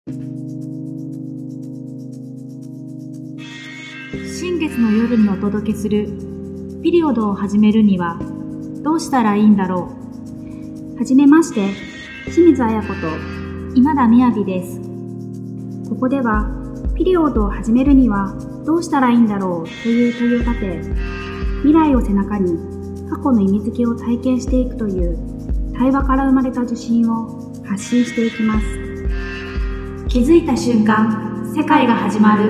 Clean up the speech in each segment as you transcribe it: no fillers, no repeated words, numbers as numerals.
新月の夜にお届けするピリオドを始めるにはどうしたらいいんだろう。はじめまして、清水彩子と今田みやびです。ここではピリオドを始めるにはどうしたらいいんだろうという問いを立て、未来を背中に過去の意味付けを体験していくという対話から生まれた受信を発信していきます。気づいた瞬間、世界が始まる。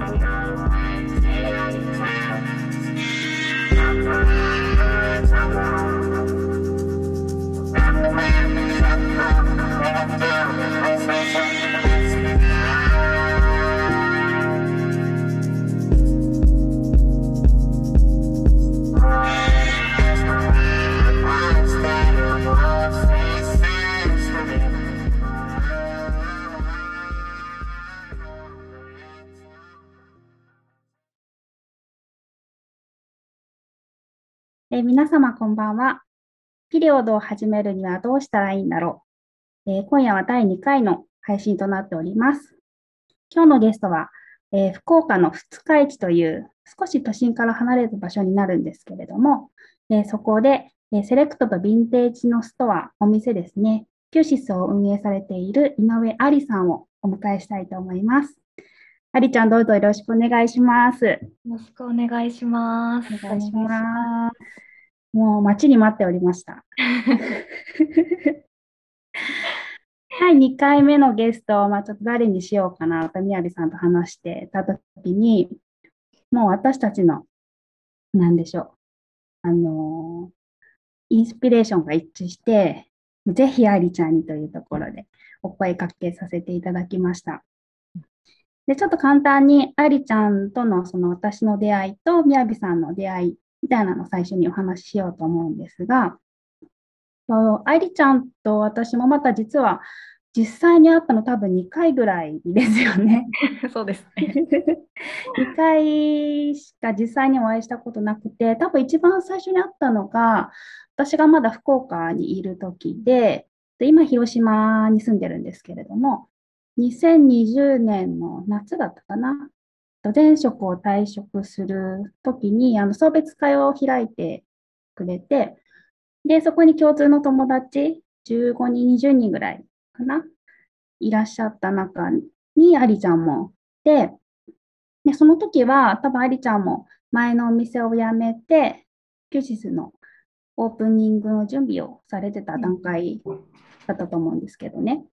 皆様こんばんは。ピリオドを始めるにはどうしたらいいんだろう。今夜は第2回の配信となっております。今日のゲストは、福岡の二日市という少し都心から離れた場所になるんですけれども、そこで、セレクトとヴィンテージのストア、お店ですね、キューシスを運営されている井上ありさんをお迎えしたいと思います。ありちゃん、どうぞよろしくお願いします。よろしくお願いします。 お願いします。もう待ちに待っておりました。第2回目のゲストを、ちょっと誰にしようかなと、みやびさんと話してたときに、もう私たちの、なんでしょう、インスピレーションが一致して、ぜひありちゃんにというところでお声かけさせていただきました。で、ちょっと簡単にありちゃんとのその私の出会いとみやびさんの出会いみたいなのを最初にお話ししようと思うんですが、愛梨ちゃんと私もまた実は実際に会ったの多分2回ぐらいですよね。 そうですね。 2回しか実際にお会いしたことなくて、多分一番最初に会ったのが、私がまだ福岡にいる時で、今広島に住んでるんですけれども、2020年の夏だったかな。前職を退職する時に、送別会を開いてくれて、で、そこに共通の友達、15人、20人ぐらいかな、いらっしゃった中に、ありちゃんもで、その時は、多分ありちゃんも前のお店を辞めて、キュシスのオープニングの準備をされてた段階だったと思うんですけどね。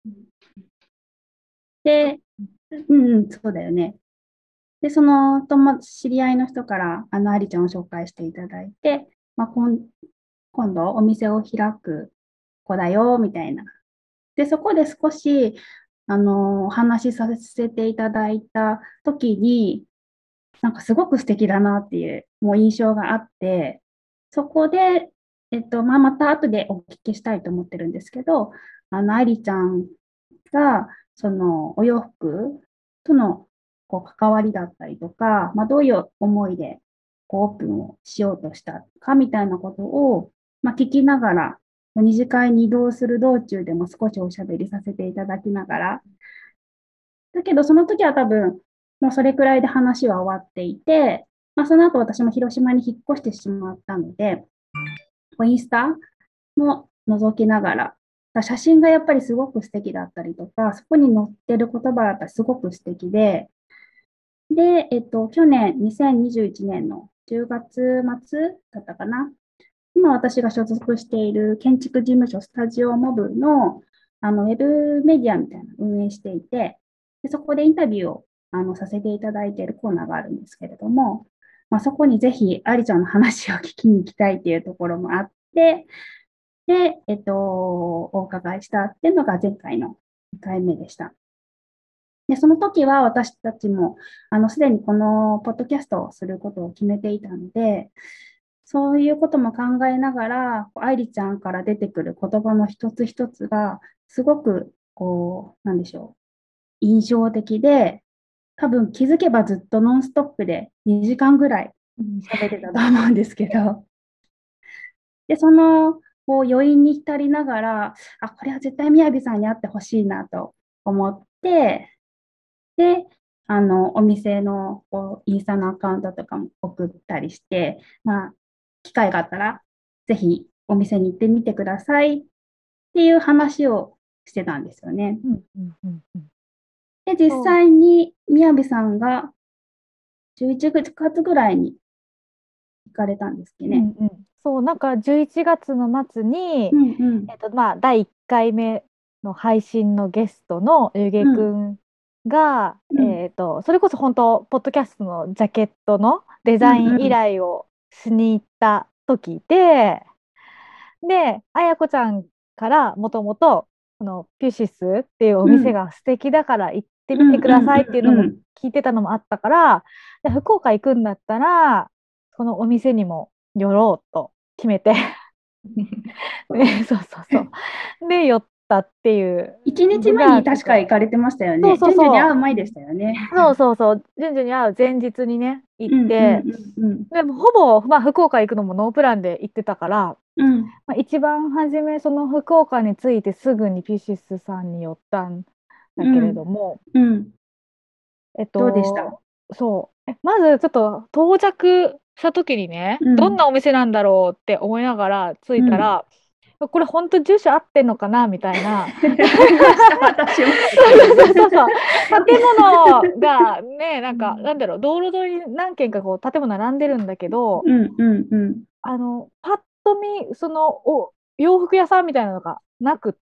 で、そうだよね。で、その知り合いの人から、ありちゃんを紹介していただいて、今度お店を開く子だよ、みたいな。で、そこで少し、お話しさせていただいた時に、なんかすごく素敵だなっていう、もう印象があって、そこで、また後でお聞きしたいと思ってるんですけど、愛梨ちゃんが、そのお洋服との関わりだったりとか、どういう思いでオープンをしようとしたかみたいなことを、聞きながら、二次会に移動する道中でも少しおしゃべりさせていただきながら、だけどその時は多分、もうそれくらいで話は終わっていて、その後私も広島に引っ越してしまったので、インスタも覗きながら、写真がやっぱりすごく素敵だったりとか、そこに載ってる言葉だったらすごく素敵で、去年2021年の10月末だったかな。今私が所属している建築事務所スタジオモブの、ウェブメディアみたいなのを運営していて、でそこでインタビューをさせていただいているコーナーがあるんですけれども、そこにぜひありちゃんの話を聞きに行きたいっていうところもあって、で、お伺いしたっていうのが前回の2回目でした。で、その時は私たちも、すでにこのポッドキャストをすることを決めていたので、そういうことも考えながら、愛梨ちゃんから出てくる言葉の一つ一つが、すごく、なんでしょう、印象的で、多分気づけばずっとノンストップで2時間ぐらい喋ってたと思うんですけど、で、その余韻に浸りながら、これは絶対みやびさんに会ってほしいなと思って、で、お店のインスタのアカウントとかも送ったりして、まあ、機会があったら、ぜひお店に行ってみてくださいっていう話をしてたんですよね。 うんうんうんうん。 で、実そう。 際に宮部さんが11月ぐらいに行かれたんですっけね。 うんうん。そう、なんか11月の末に、 うんうん。 まあ、第1回目の配信のゲストのゆげくうんんが、 うん。 それこそ本当、ポッドキャストのジャケットのデうザイン依んうん。 頼をしに行った時で、あやこちゃんからもともと、このピュシスっていうお店うんが素敵だから行ってうんみてくださいっていうのもうん聞いてたのもあったから、で福岡行くんだったら、そのお店にも寄ろうと決めてで、そうそうそう。で、寄ったっていう 1日前にのが、ちょっと、 確か行かれてましたよそうね。順々にそうそう、 会う前でしたよね。 そうそうそう、順々に会う前日にね、行っうんうんて、 うんうん。 でもほぼ、まあ、福岡行くのもノープランで行ってたから、 うんまあ、一番初め、その福岡に着いてすぐにピシスさんに寄ったんだけれうんども、 うん。 えっどうでした？ と、まずちょっと到着した時にね、どんうんなお店なんだろうって思いながら着いうん。 たら、これ本当住所合ってんのかなみたいな。 思いました、私も。 そうそうそう。建物がね、なんか、なんだろう、道路沿いに何軒かこう建物並んでるんだけど、 うんうんうん。 パッと見、洋服屋さんみたいなのがなくって、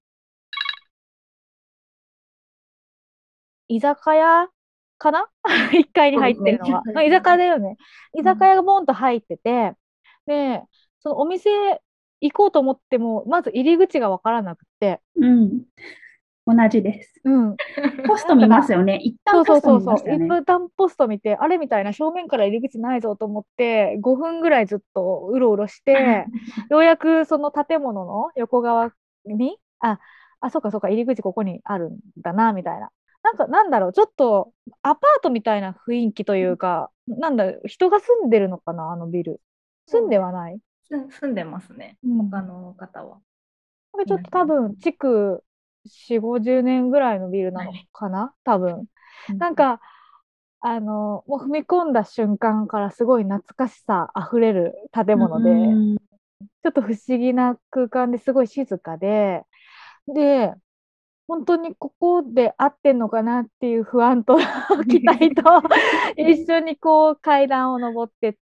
居酒屋かな1階に入っそうですね。 てるのは。まあ居酒屋だよね。居酒屋がボンと入ってて、で、そのお店行こうと思っても、まず入り口がわからなくて、 うん。同じです。 うん。 ポスト見なんかな、 ますよね。一旦そうポスト見まそうそうそう、一したよね。 旦ポスト見て、あれみたいな、正面から入り口ないぞと思って、5分ぐらいずっとうろうろして、ようやくその建物の横側に、そうかそうか、入り口ここにあるんだな、みたいな。なんか、なんだろう、ちょっとアパートみたいな雰囲気というか、なんだ、人が住んでるのかな、あのビル。住んではない。 住んでますね、 うん。 他の方は。 これちょっいらっしゃる。 と多分、築4、50年ぐらいのビルなのはい。 かな、多分。 うんなんか、もう踏み込んだ瞬間からすごい懐かしさあふれる建う物で、 ん。 ちょっと不思議な空間ですごい静かで、本当にここで合ってんのかなっていう不安と期待と一緒にこう階段を上ってって、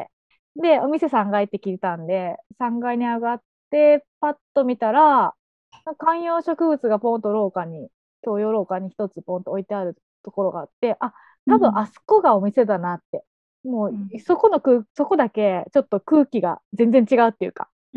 で、お店3階って聞いたんで、3階に上がって、パッと見たら、観葉植物がポンと共用廊下に一つポンと置いてあるところがあって、多分あそこがお店だなって。もう、 うんそこだけちょっと空気が全然違うっていうか。 うん。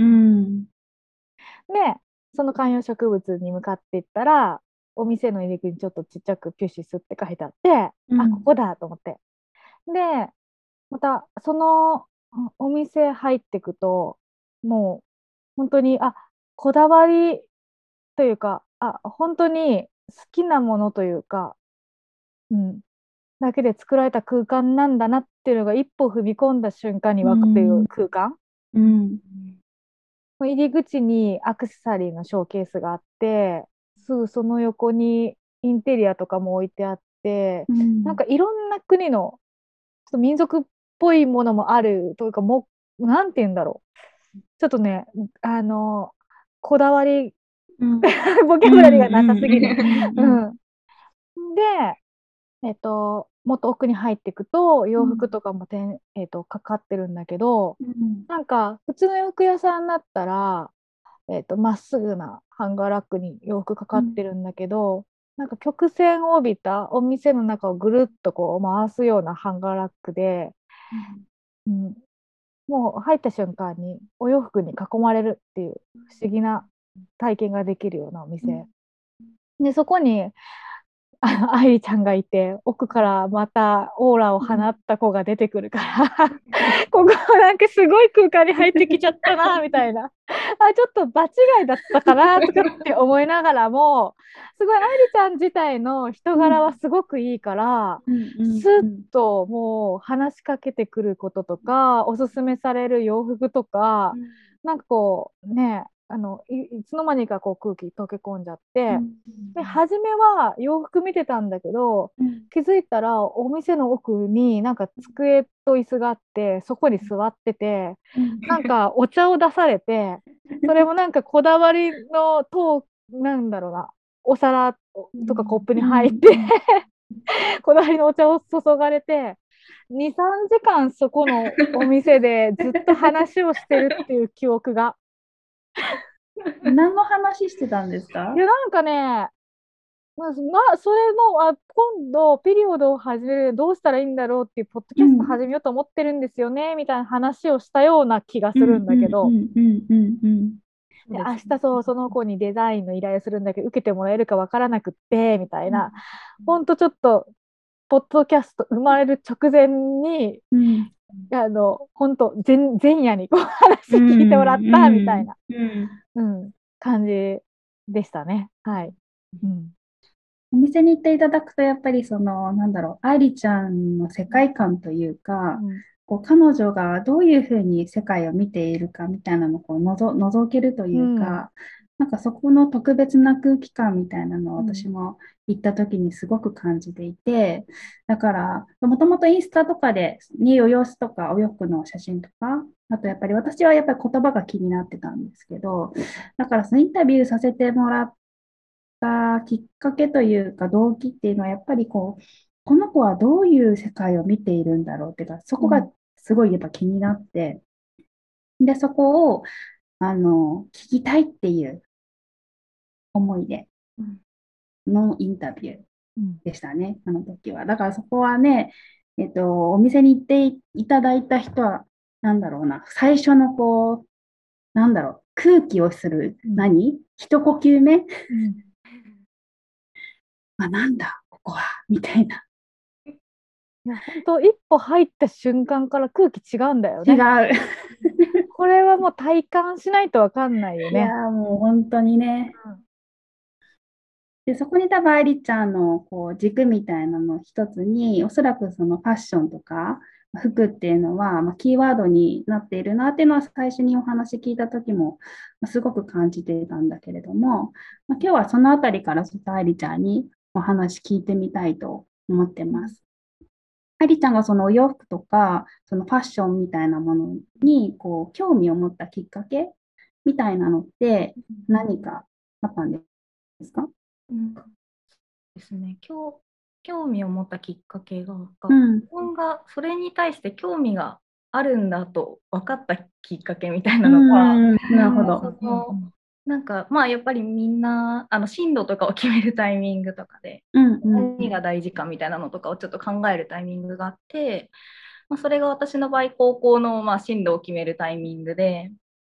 で、その観葉植物に向かっていったら、お店の入り口にちょっとちっちゃくピュシスって書いてあって、ここだと思って。で、また、そのお店入っていくと、もう本当に、こだわりというか、本当に好きなものというか、うん、だけで作られた空間なんだなっていうのが一歩踏み込んだ瞬間にう湧くというん。 空間。 うん。 入り口にアクセサリーのショーケースがあって、すぐその横にインテリアとかも置いてあって、 うん。 なんかいろんな国のちょっと民族っぽいものもあるというか、なんて言うんだろう。ちょっとね、こだわり、 うん。 ボキャブラリーがなさうん。 すぎる。 うん。 うん。で、もっと奥に入っていくと、洋服とかもかかってるんだけど、 うん。 なんか、普通の洋服屋さんだったら、まっすぐなハンガーラックに洋服かかってるんだけど、なんか曲線を帯びたお店の中をぐるっとこう回すようなハンガーラックで、うん、もう入った瞬間にお洋服に囲まれるっていう不思議な体験ができるようなお店。で、そこに愛梨ちゃんがいて、奥からまたオーラを放った子が出てくるからここなんかすごい空間に入ってきちゃったな、みたいな。ちょっと場違いだったかな、とかって思いながらも、すごい愛梨ちゃん自体の人柄はすごくいいから、スッともう話しかけてくることとか、おすすめされる洋服とか、なんかこうね、 いつの間にかこう空気溶け込んじゃって、 うんで、初めは洋服見てたんだけど、 うん気づいたらお店の奥になんか机と椅子があって、そこに座ってて、 うんなんかお茶を出されて、それもなんかこだわりのなんだろうな、お皿とかコップに入って、こだわりのお茶を注がれて、2、3時間そこのお店でずっと話をしてるっていう記憶が。 何の話してたんですか？ いや、なんかね、それの、今度、ピリオドを始める、どうしたらいいんだろうっていう、ポッドキャストうん始めようと思ってるんですよね、みたいな話をしたような気がするんうんうんだけど、 うんうんうんで、明日その子にデザインの依頼をするんだけど、受けてもらえるかわからなくって、みたいな、ほんとちょっと、ポッドキャスト生まれる直前に、 うん本当前夜にこう話聞いてもらったみたいな、感じでしたね。はい。うん。 お店に行っていただくと、やっぱりその、なんだろう、愛梨ちゃんの世界観というか、 うんこう彼女がどういうふうに世界を見ているかみたいなのをこう覗けるというか、なんかそこの特別な空気感みたいなのを私も行った時にすごく感じていて、だから、もともとインスタとかで、にお様子とかお洋服の写真とか、あとやっぱり私はやっぱり言葉が気になってたんですけど、だからそのインタビューさせてもらったきっかけというか動機っていうのはやっぱりこう、この子はどういう世界を見ているんだろうっていうか、そこがすごいやっぱ気になって、で、そこを、聞きたいっていう思いでのインタビューでしたね、あの時は。だからそこはね、お店に行っていただいた人は、なんだろうな、最初のこう、なんだろう、空気をする、一呼吸目、なんだ、ここは、みたいな。 いや、本当一歩入った瞬間から空気違うんだよね。 違う。 これはもう体感しないとわかんないよいやね。 もう本当にね。で、そこに多分愛梨ちゃんのこう軸みたいなの一つに、おそらくそのファッションとか服っていうのは、キーワードになっているなっていうのは最初にお話聞いた時もすごく感じていたんだけれども、今日はそのあたりからちょっと愛梨ちゃんにお話聞いてみたいと思ってます。愛梨ちゃんがそのお洋服とか、そのファッションみたいなものにこう興味を持ったきっかけみたいなのって何かあったんですか？ ですね。興味を持ったきっかけが、自うん。 分がそれに対して興味があるんだと分かったきっかけみたいなのが、 なるほど。 なんかやっぱりみんな進路とかを決めるタイミングとかで、何が大事かみたいなのとかをちょっと考えるタイミングがあって、それが私の場合高校の進路を決めるタイミングで、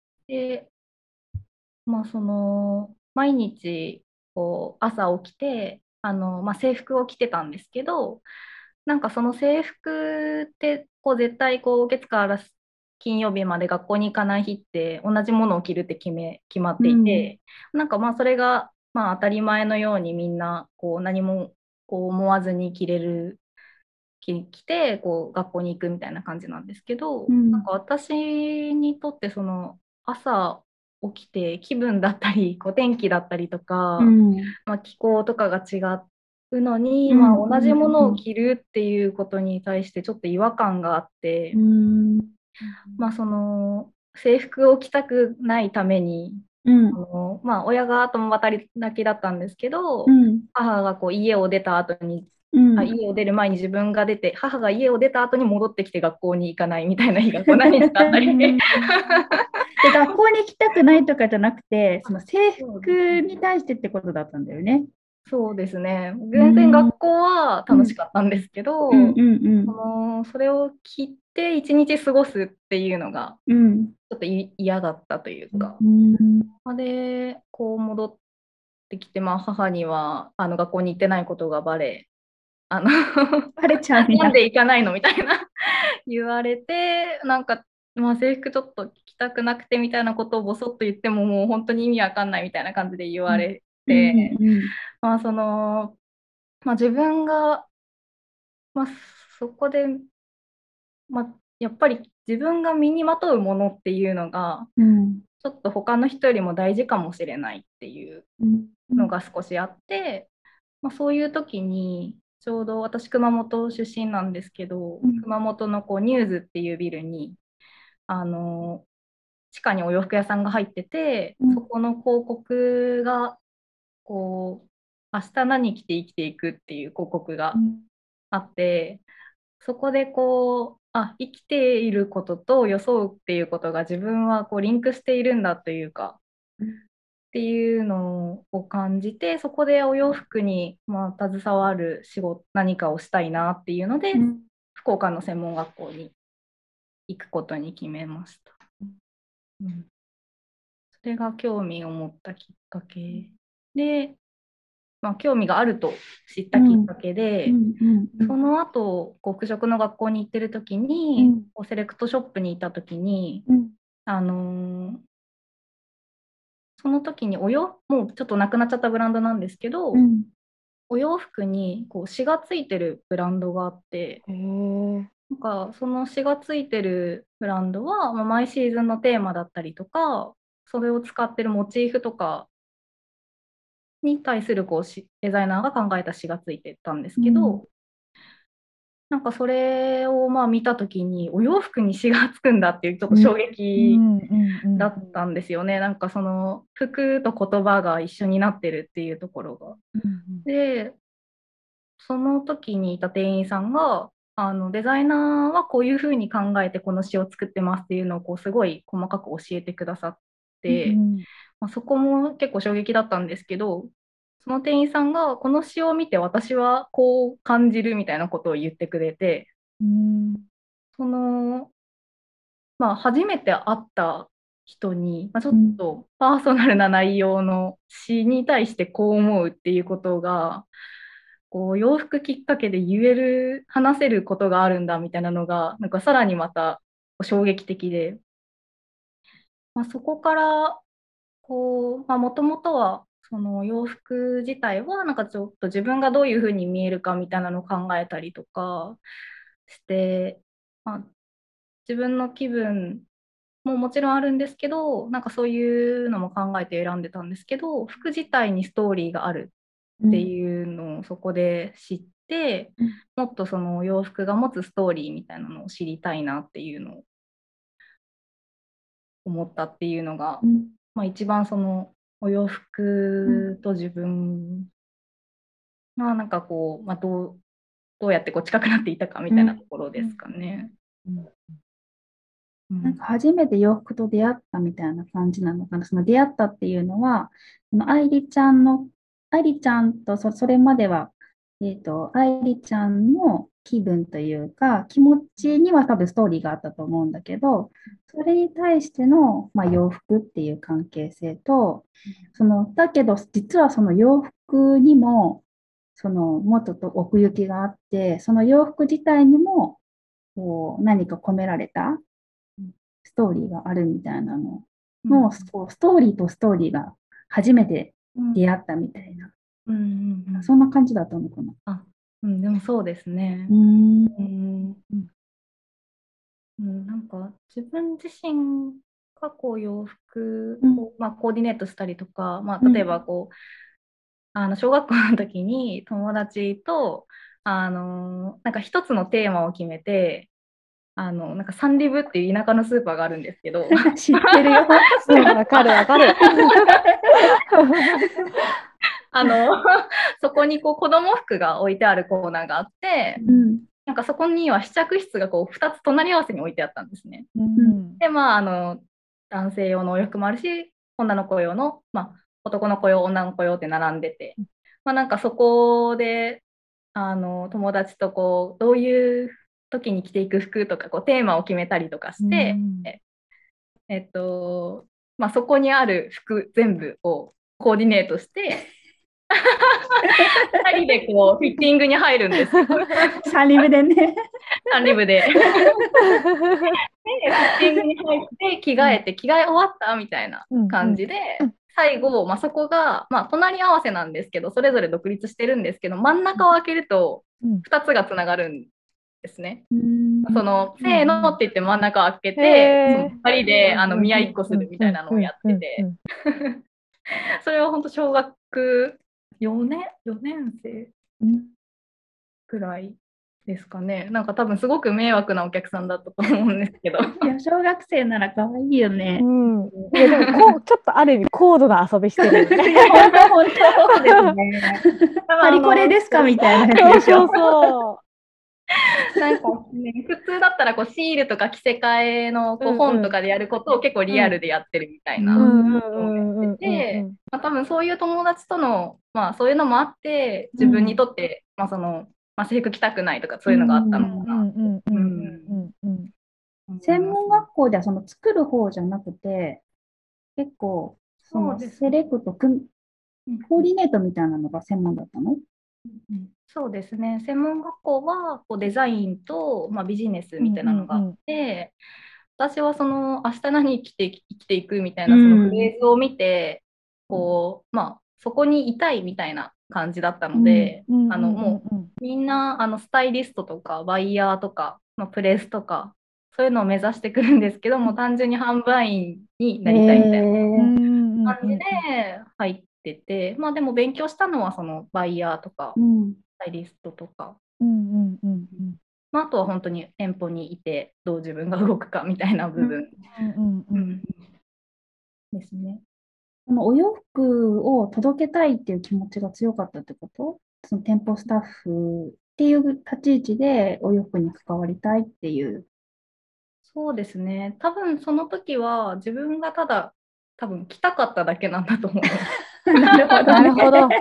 その毎日こう朝起きて制服を着てたんですけど、なんかその制服ってこう絶対こう月から金曜日まで学校に行かない日って同じものを着るって決まっていて、なんかそれが当たり前のようにみんなこう何もこう思わずに着てこう学校に行くみたいな感じなんですけど、なんか私にとってその朝起きて気分だったりこう天気だったりとか、気候とかが違うのに、同じものを着るっていうことに対してちょっと違和感があって、その制服を着たくないために、親が共働きだったんですけど、母がこう家を出た後に家を出る前に自分が出て、母が家を出た後に戻ってきて学校に行かないみたいな日が何日かあったりで学校に行きたくないとかじゃなくて、その制服に対してってことだったんだよね。 そうですね。全然学校は楽しかったんですけど、それを着て一日過ごすっていうのがちょっと嫌だったというか。で、こう戻ってきて、母には学校に行ってないことがバレちゃうなんで行かないのみたいな言われて、なんか、制服ちょっと着たくなくてみたいなことをボソッと言ってももう本当に意味わかんないみたいな感じで言われて、その、自分が、そこで、やっぱり自分が身にまとうものっていうのが、ちちょっと他の人よりも大事かもしれないっていうのが少しあって、そういう時にちょうど私熊本出身なんですけど、熊本のニューズっていうビルに地下にお洋服屋さんが入ってて、そこの広告が明日何着て生きていくっていう広告があって、そこで生きていることと装うっていうことが自分はリンクしているんだというか、っていうのを感じて、そこでお洋服に携わる仕事、何かをしたいなっていうので、福岡の専門学校に行くことに決めました。それが興味を持ったきっかけで、興味があると知ったきっかけで、その後服飾の学校に行ってる時に、セレクトショップにいた時に、その時にもうちょっとなくなっちゃったブランドなんですけど、お洋服に詩がついてるブランドがあって、なんかその詩がついてるブランドは、毎シーズンのテーマだったりとか、それを使ってるモチーフとかに対するデザイナーが考えた詩がついてたんですけど、なんかそれを見た時にお洋服に詩がつくんだっていうちょっと衝撃だったんですよね。なんかその服と言葉が一緒になってるっていうところが。で、その時にいた店員さんがデザイナーはこういうふうに考えてこの詩を作ってますっていうのをすごい細かく教えてくださって、そこも結構衝撃だったんですけど、その店員さんがこの詩を見て私はこう感じるみたいなことを言ってくれて、初めて会った人に、ちょっとパーソナルな内容の詩に対してこう思うっていうことが洋服きっかけで話せることがあるんだみたいなのがなんかさらにまた衝撃的で、そこからもともとはその洋服自体はなんかちょっと自分がどういうふうに見えるかみたいなのを考えたりとかして、自分の気分ももちろんあるんですけど、なんかそういうのも考えて選んでたんですけど、服自体にストーリーがあるっていうのをそこで知って、もっとその洋服が持つストーリーみたいなのを知りたいなっていうのを思ったっていうのが、一番そのお洋服と自分がなんかどうやって近くなっていたかみたいなところですかね。 なんか初めて洋服と出会ったみたいな感じなのかな。その出会ったっていうのは、愛梨ちゃんとそれまでは、愛梨ちゃんの気分というか、気持ちには多分ストーリーがあったと思うんだけど、それに対しての、洋服っていう関係性と、だけど実はその洋服にも、もっと奥行きがあって、その洋服自体にも、何か込められたストーリーがあるみたいなのの、ストーリーとストーリーが初めて出会ったみたいな、そんな感じだったのかな。 でもそうですね。なんか自分自身が洋服を、コーディネートしたりとか、例えば小学校の時に友達となんか一つのテーマを決めて、なんかサンリブっていう田舎のスーパーがあるんですけど知ってるよ。 わかるわかる。 そこに子供服が置いてあるコーナーがあって、なんかそこには試着室が2つ隣り合わせに置いてあったんですね。で男性用のお洋服もあるし、女の子用の、男の子用女の子用って並んでて、なんかそこで友達とどういう時に着ていく服とかテーマを決めたりとかして、そこにある服全部をコーディネートして2人でフィッティングに入るんですよ。 サンリブでね。 サンリブで。で、フィッティングに入って着替え終わったみたいな感じで、最後、そこが、隣り合わせなんですけど、それぞれ独立してるんですけど、真ん中を開けると2つがつながるんですね。 うんその、せーのって言って真ん中を開けて、そのへー 2人で見合いっこするみたいなのをやってて、それは本当小学4年生くらいですかね。なんか多分すごく迷惑なお客さんだったと思うんですけど。 いや、小学生なら可愛いよね。 いやでもちょっとある意味高度な遊びしてるよね。 いや、本当本当ですね。パリコレですかみたいなやつでしょ。 なんか、ね、普通だったらこうシールとか着せ替えのこう本とかでやることを結構リアルでやってるみたいなのをやってて、多分そういう友達との、そういうのもあって自分にとって、制服着たくないとかそういうのがあったのかな。 専門学校ではその作る方じゃなくて、結構そのセレクト、コーディネートみたいなのが専門だったの？ そうですね。専門学校はこうデザインと、ビジネスみたいなのがあって、私はその明日何生きていくみたいなそのフレーズを見て、こうそこにいたいみたいな感じだったので、もうみんなスタイリストとかバイヤーとか、プレスとかそういうのを目指してくるんですけども、単純に販売員になりたいみたいな感じで入ってて、でも勉強したのはそのバイヤーとか、スタイリストとか、あとは本当に店舗にいてどう自分が動くかみたいな部分ですね。 このお洋服を届けたいっていう気持ちが強かったってこと？その店舗スタッフっていう立ち位置でお洋服に関わりたいっていう。 そうですね。多分その時は自分が多分来たかっただけなんだと思います。 なるほど、 なるほど。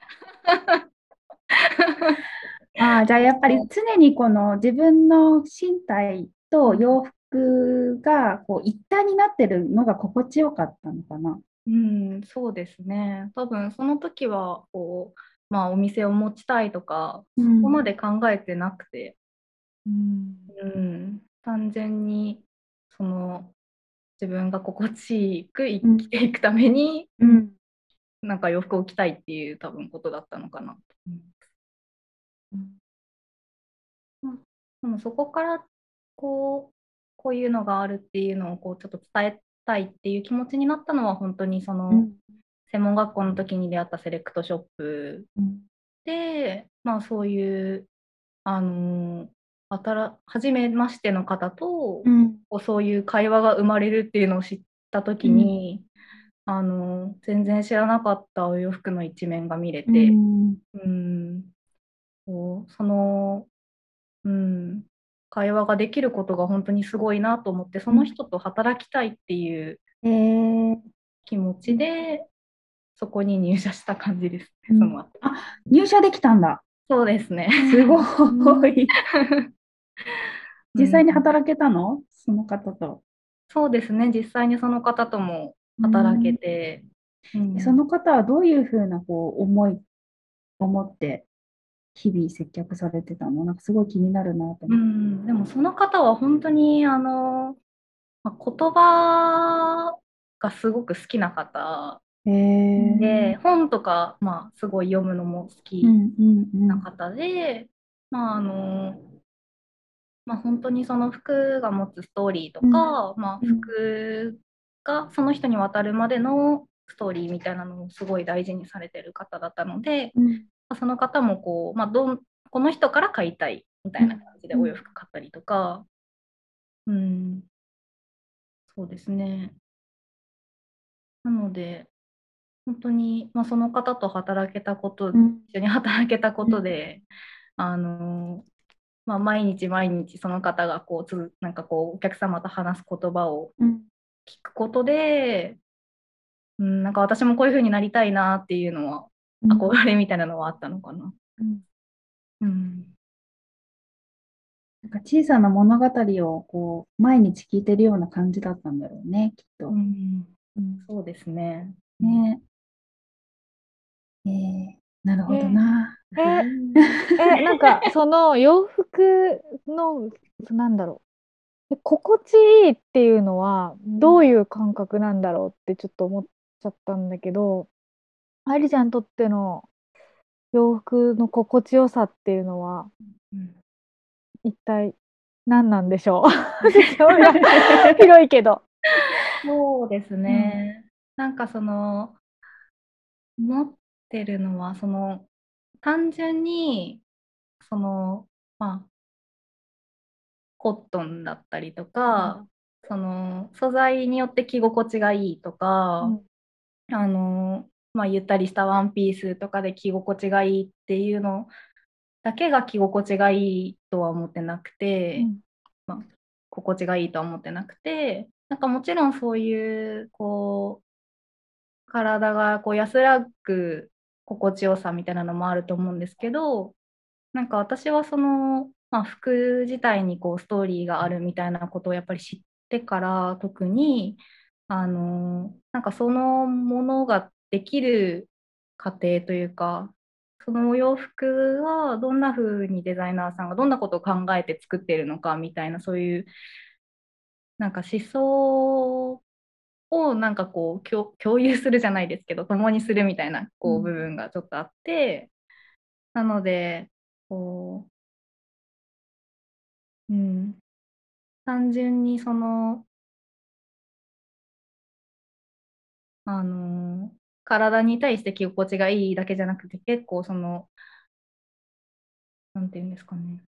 じゃあやっぱり常にこの自分の身体と洋服がこう一体になってるのが心地よかったのかな。 そうですね。多分その時はこう、お店を持ちたいとか、そこまで考えてなくて、単純にその自分が心地よく生きていくために、なんか洋服を着たいっていう多分ことだったのかな。でもそこからこういうのがあるっていうのをこうちょっと伝えたいっていう気持ちになったのは本当にその専門学校の時に出会ったセレクトショップで、そういう初めましての方と、こうそういう会話が生まれるっていうのを知った時に、全然知らなかったお洋服の一面が見れて、その会話ができることが本当にすごいなと思って、その人と働きたいっていう気持ちで、そこに入社した感じですね、その後。 入社できたんだ。 そうですね。 すごい。実際に働けたの？その方と。 そうですね、実際にその方とも働けて。 その方はどういうふうなこう思って日々接客されてたの？なんかすごい気になるなと思って。 でもその方は本当に言葉がすごく好きな方で、本とか、すごい読むのも好きな方で、本当にその服が持つストーリーとか、服がその人に渡るまでのストーリーみたいなのをすごい大事にされてる方だったので、その方もこう、この人から買いたいみたいな感じでお洋服買ったりとか、そうですね。なので、本当に、その方と働けたこと、一緒に働けたことで、毎日毎日その方がなんかこうお客様と話す言葉を聞くことで、なんか私もこういう風になりたいなっていうのは、憧れみたいなのはあったのかな。 なんか小さな物語をこう毎日聞いてるような感じだったんだろうね、きっと。 そうですね。 なるほどな。 なんかその洋服のなんだろう、心地いいっていうのはどういう感覚なんだろうってちょっと思っちゃったんだけど、愛梨ちゃんにとっての洋服の心地よさっていうのは一体何なんでしょう。興味が広いけど。 そうですうんね。なんか持ってるのは、単純に、その、まあ、コットンだったりとか、素材によって着心地がいいとか、 うんゆったりしたワンピースとかで着心地がいいっていうのだけが着心地がいいとは思ってなくて、 うんまあ、心地がいいとは思ってなくて、なんかもちろんそういう、体が安らぐ心地よさみたいなのもあると思うんですけど、なんか私は服自体にストーリーがあるみたいなことをやっぱり知ってから特になんかそのものができる過程というか、そのお洋服はどんな風にデザイナーさんがどんなことを考えて作っているのかみたいな、そういうなんか思想をなんか共有するじゃないですけど、共にするみたいな部分がちょっとあって、なのでこうん、単純にあの体に対して着心地がいいだけじゃなくて、結構なんていうんですかね、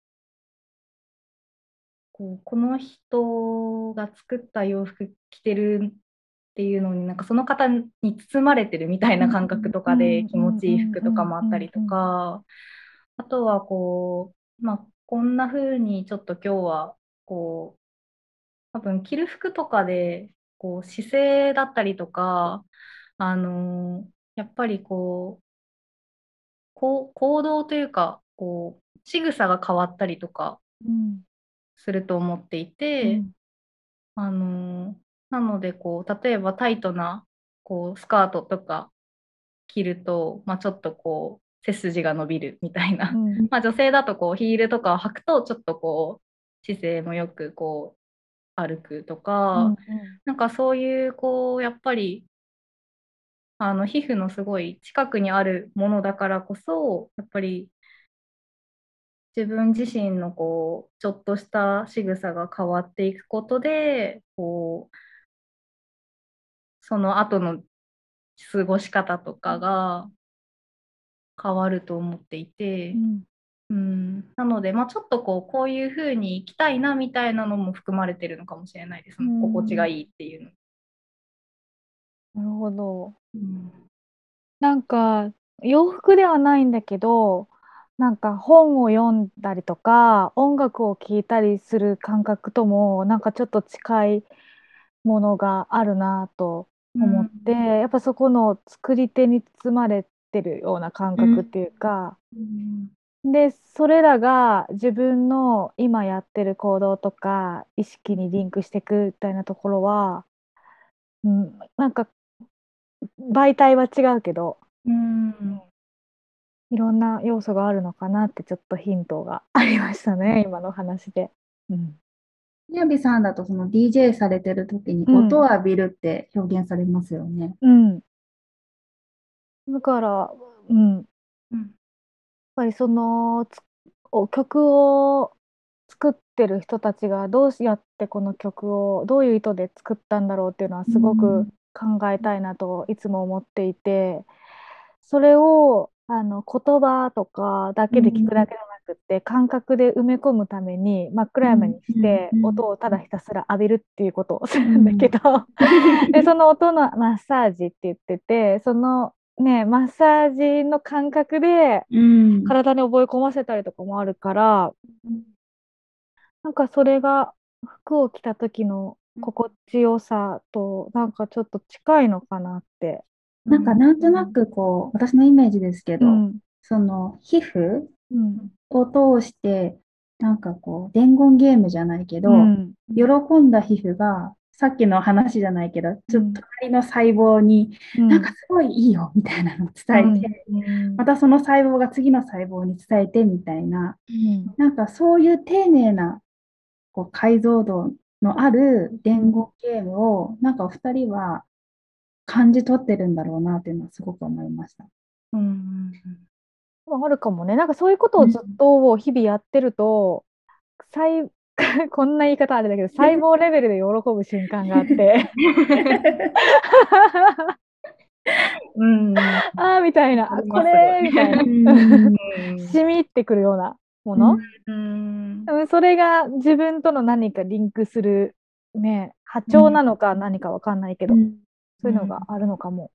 この人が作った洋服着てるっていうのに、なんかその方に包まれてるみたいな感覚とかで気持ちいい服とかもあったりとか、あとはこんな風にちょっと今日は多分着る服とかで姿勢だったりとか、やっぱり行動というか仕草が変わったりとかうんすると思っていて、 うんあのなので例えばタイトなスカートとか着ると、ちょっと背筋が伸びるみたいな、 うん女性だとヒールとかを履くとちょっと姿勢もよく歩くとか、 うんうんなんかそういうやっぱり皮膚のすごい近くにあるものだからこそ、やっぱり自分自身のちょっとした仕草が変わっていくことでその後の過ごし方とかが変わると思っていて、 うんなので、ちょっとこういうふうに生きたいなみたいなのも含まれてるのかもしれないです。心地がいいっていうの。 なるほど。 うん。 なんか洋服ではないんだけど、なんか本を読んだりとか音楽を聴いたりする感覚ともなんかちょっと近いものがあるなとうん。 思って、やっぱそこの作り手に包まれてるような感うん。 覚っていうか、 うん。 でそれらが自分の今やってる行動とか意識にリンクしていくみたいなところは、なんか媒体は違うけど、 うん。 いろんな要素があるのかなってちょっとヒントがありましたね、今の話で。うん。 みやびさんだとその DJ されてる時にうん。 音を浴びるって表現されますよね。 うん。だから、やっうん。 ぱり曲を作ってる人たちがどうやってこの曲をどういう意図で作ったんだろうっていうのはうすごくん。 考えたいなといつも思っていて、それを言葉とかだけで聞うん。 くだけじゃなくって感覚で埋め込むために真っ暗闇にうん。うん。 して音をただひたすら浴びるっていうことをするんだけうん。 ど、でその音のマッサージって言ってて、そのねマッサージの感覚でうん。 体に覚え込ませたりとかもあるから、なんかそれが服を着た時の心地よさとなんかちょっと近いのかなって。うなんかん。 なんとなく私のイメージですけど、 うんその皮膚うんを通して、なんか伝言ゲームじゃないけど、 うん喜んだ皮膚が、さっきの話じゃないけど、ちょっとうん隣の細胞に、 うんなんかすごいいいよみたいなのを伝えうんて、またその細胞が次の細胞に伝えてみたいな、 うんなんかそういう丁寧な解像度のある伝言ゲームを、なんかお二人は感じ取ってるんだろうなっていうのはすごく思いました。 うん。 あるかもね。なんかそういうことをずっうん。 と日々やってると、 細こんな言い方あれだけど、細胞レベルで喜ぶ瞬間があって、 うん。 ああ、みたいな、 ありこますすごい。 れみたいな、染み入ってくるようなもの。 うんそれが自分との何かリンクする、ね、波長なのか何かわかんないけど、そういうのがあるのかも。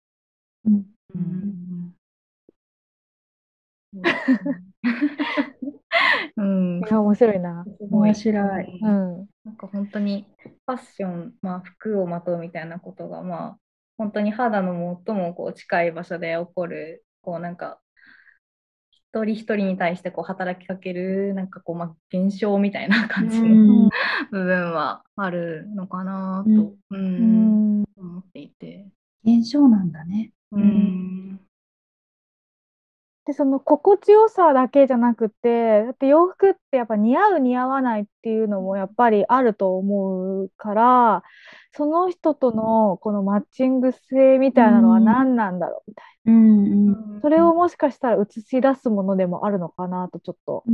うん、 いや、面白いな。 すごい。 面白い。 なんか本当にファッション、まあ、服をまとうみたいなことが、まあ、本当に肌の最もこう近い場所で起こる、こうなんか、一人一人に対してこう働きかける、なんかこう、まあ、現象みたいな感じの部分はあるのかなと、思っていて。 現象なんだね。 で、その心地よさだけじゃなくて、だって洋服ってやっぱ似合う似合わないっていうのもやっぱりあると思うから、その人とのこのマッチング性みたいなのは何なんだろうみたいな。それをもしかしたら映し出すものでもあるのかなとちょっと、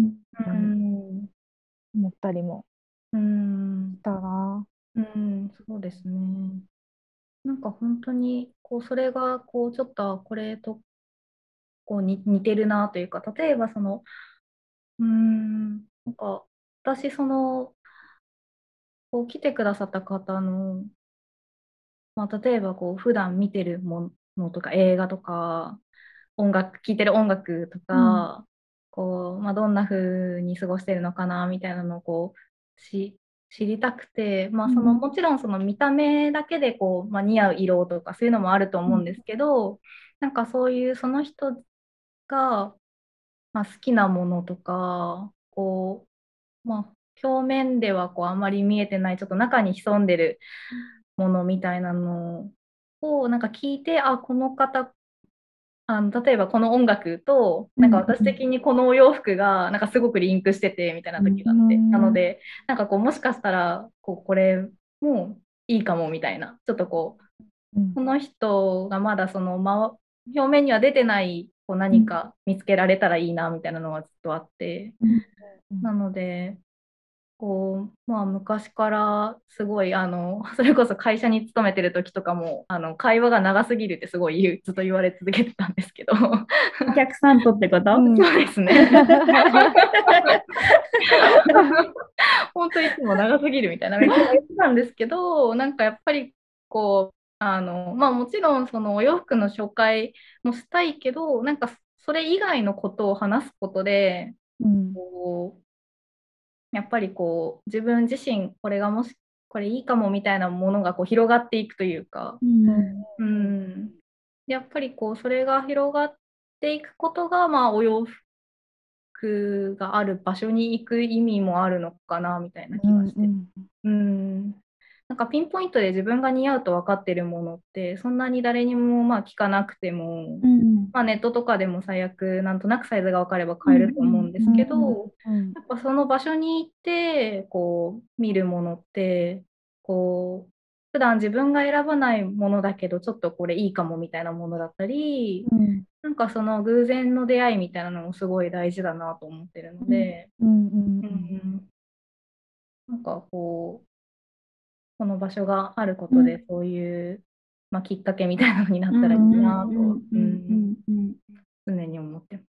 思ったりもしたな。 そうですね。なんか本当にこうそれがこうちょっとこれとこう似てるなというか、例えばそのなんか私そのこう来てくださった方の、まあ、例えばこう普段見てるものとか映画とか聴いてる音楽とか、こうまあ、どんな風に過ごしてるのかなみたいなのをこう知りたくて、まあ、そのもちろんその見た目だけでこう、まあ、似合う色とかそういうのもあると思うんですけど、なんかそういうその人が、まあ、好きなものとかこう、まあ、表面ではこうあんまり見えてないちょっと中に潜んでるものみたいなのをなんか聞いて、あ、この方例えばこの音楽となんか私的にこのお洋服がなんかすごくリンクしててみたいな時があって、なのでなんかこうもしかしたらこれもいいかもみたいな、ちょっとここの人がまだその、表面には出てないこう何か見つけられたらいいなみたいなのがずっとあって、なのでこう、まあ、昔からすごいそれこそ会社に勤めてる時とかも会話が長すぎるってすごいずっと言われ続けてたんですけどお客さんとってこと？ そうですね本当いつも長すぎるみたいなめっちゃ言ってたんですけど、なんかやっぱりこうまあ、もちろんそのお洋服の紹介もしたいけど、なんかそれ以外のことを話すことで、こうやっぱりこう自分自身これがもしこれいいかもみたいなものがこう広がっていくというか、やっぱりこうそれが広がっていくことが、まあ、お洋服がある場所に行く意味もあるのかなみたいな気がして、なんかピンポイントで自分が似合うと分かってるものってそんなに誰にもまあ聞かなくても、まあ、ネットとかでも最悪なんとなくサイズが分かれば買えると思うんですけど、やっぱその場所に行ってこう見るものってこう普段自分が選ばないものだけどちょっとこれいいかもみたいなものだったり、なんかその偶然の出会いみたいなのもすごい大事だなと思ってるので、なんかこうこの場所があることでそういう、まあ、きっかけみたいなのになったらいいなと常に思ってます。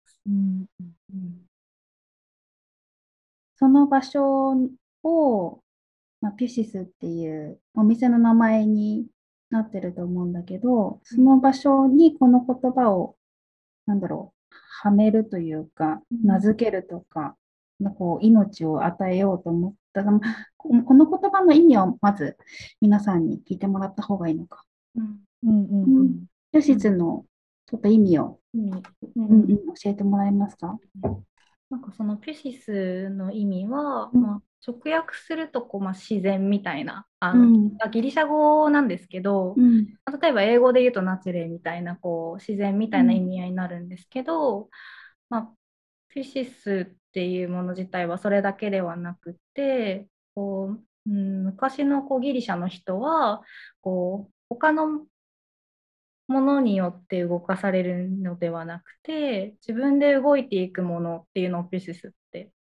その場所を、まあ、ピュシスっていうお店の名前になってると思うんだけど、その場所にこの言葉を、なんだろう、はめるというか、名付けるとか、こう命を与えようと思ったら、この言葉の意味をまず皆さんに聞いてもらった方がいいのか。ピュシスのちょっと意味を、教えてもらえますか？ なんかそのピュシスの意味は、まあ、直訳するとこう、まあ、自然みたいなギリシャ語なんですけど、例えば英語で言うとナチュレみたいなこう自然みたいな意味合いになるんですけど、まあ、ピュシスっていうもの自体はそれだけではなくてこう、昔のこうギリシャの人はこう他のものによって動かされるのではなくて自分で動いていくものっていうのをピュシスって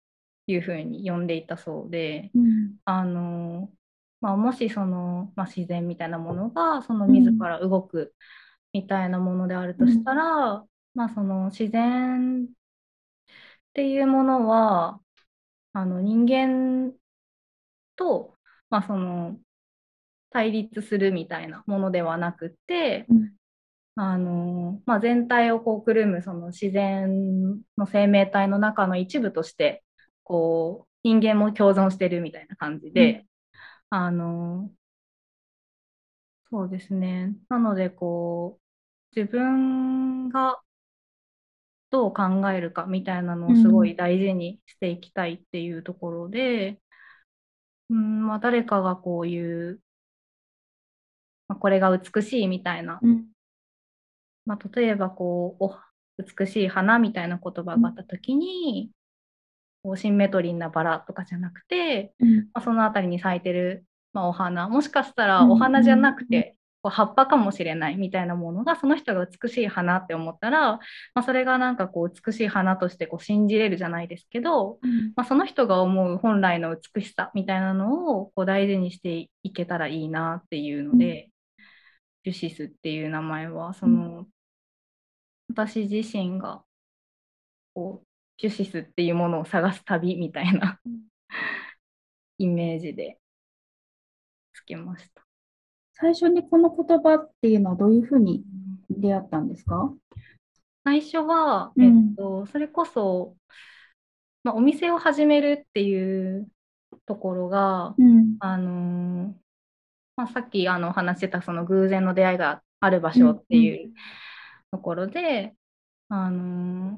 いうふうに呼んでいたそうで、 うんもしその、自然みたいなものがその自うんら動くみたいなものであるとしうんたら、その自然っていうものは人間と、その対立するみたいなものではなくて、 うん全体をこうくるむその自然の生命体の中の一部としてこう人間も共存してるみたいな感じで、あのそうですね。なのでこう自分がどう考えるかみたいなのをすごい大事にしていきたいっていうところで、誰かがこういう、これが美しいみたいな、 うん例えばこう美しい花みたいな言葉があった時に、こうシンメトリーなバラとかじゃなくて、 うんその辺りに咲いてる、お花、もしかしたらおうん花じゃなくて、こう葉っぱかもしれないみたいなものがその人が美しい花って思ったら、それがなんかこう美しい花としてこう信じれるじゃないですけど、 うんその人が思う本来の美しさみたいなのをこう大事にしていけたらいいなっていうので、ジュシスっていう名前はその私自身がこうジュシスっていうものを探す旅みたいなイメージでつけました。 最初にこの言葉っていうのはどういうふうに出会ったんですか？ 最初は、 うんそれこそ、お店を始めるっていうところが、 うんさっきお話ししてたその偶然の出会いがある場所っうんうんていうところで、あのー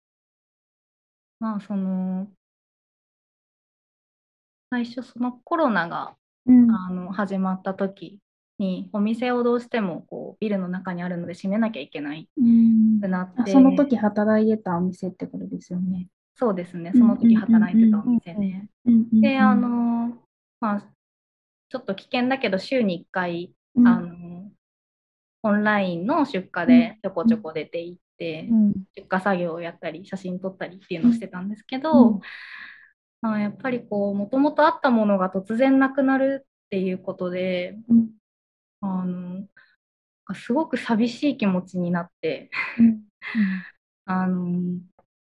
その最初そのコロナがうん始まった時にお店をどうしてもこうビルの中にあるので閉めなきゃいけないくなっそのて、 時働いてたお店ってことですよね。 そうですね、 うんその時働いてたお店うんで。 うんうんで、ちょっと危険だけど、週に1回、 うんオンラインの出荷うんでちょこちょこ出て行って、 うん出荷作業をやったり、写真撮ったりっていうのをしてたんですけうど、 んやっぱりこう、もともとあったものが突然なくなるっていうことで、 うんあの、すごく寂しい気持ちになって、 うんあの、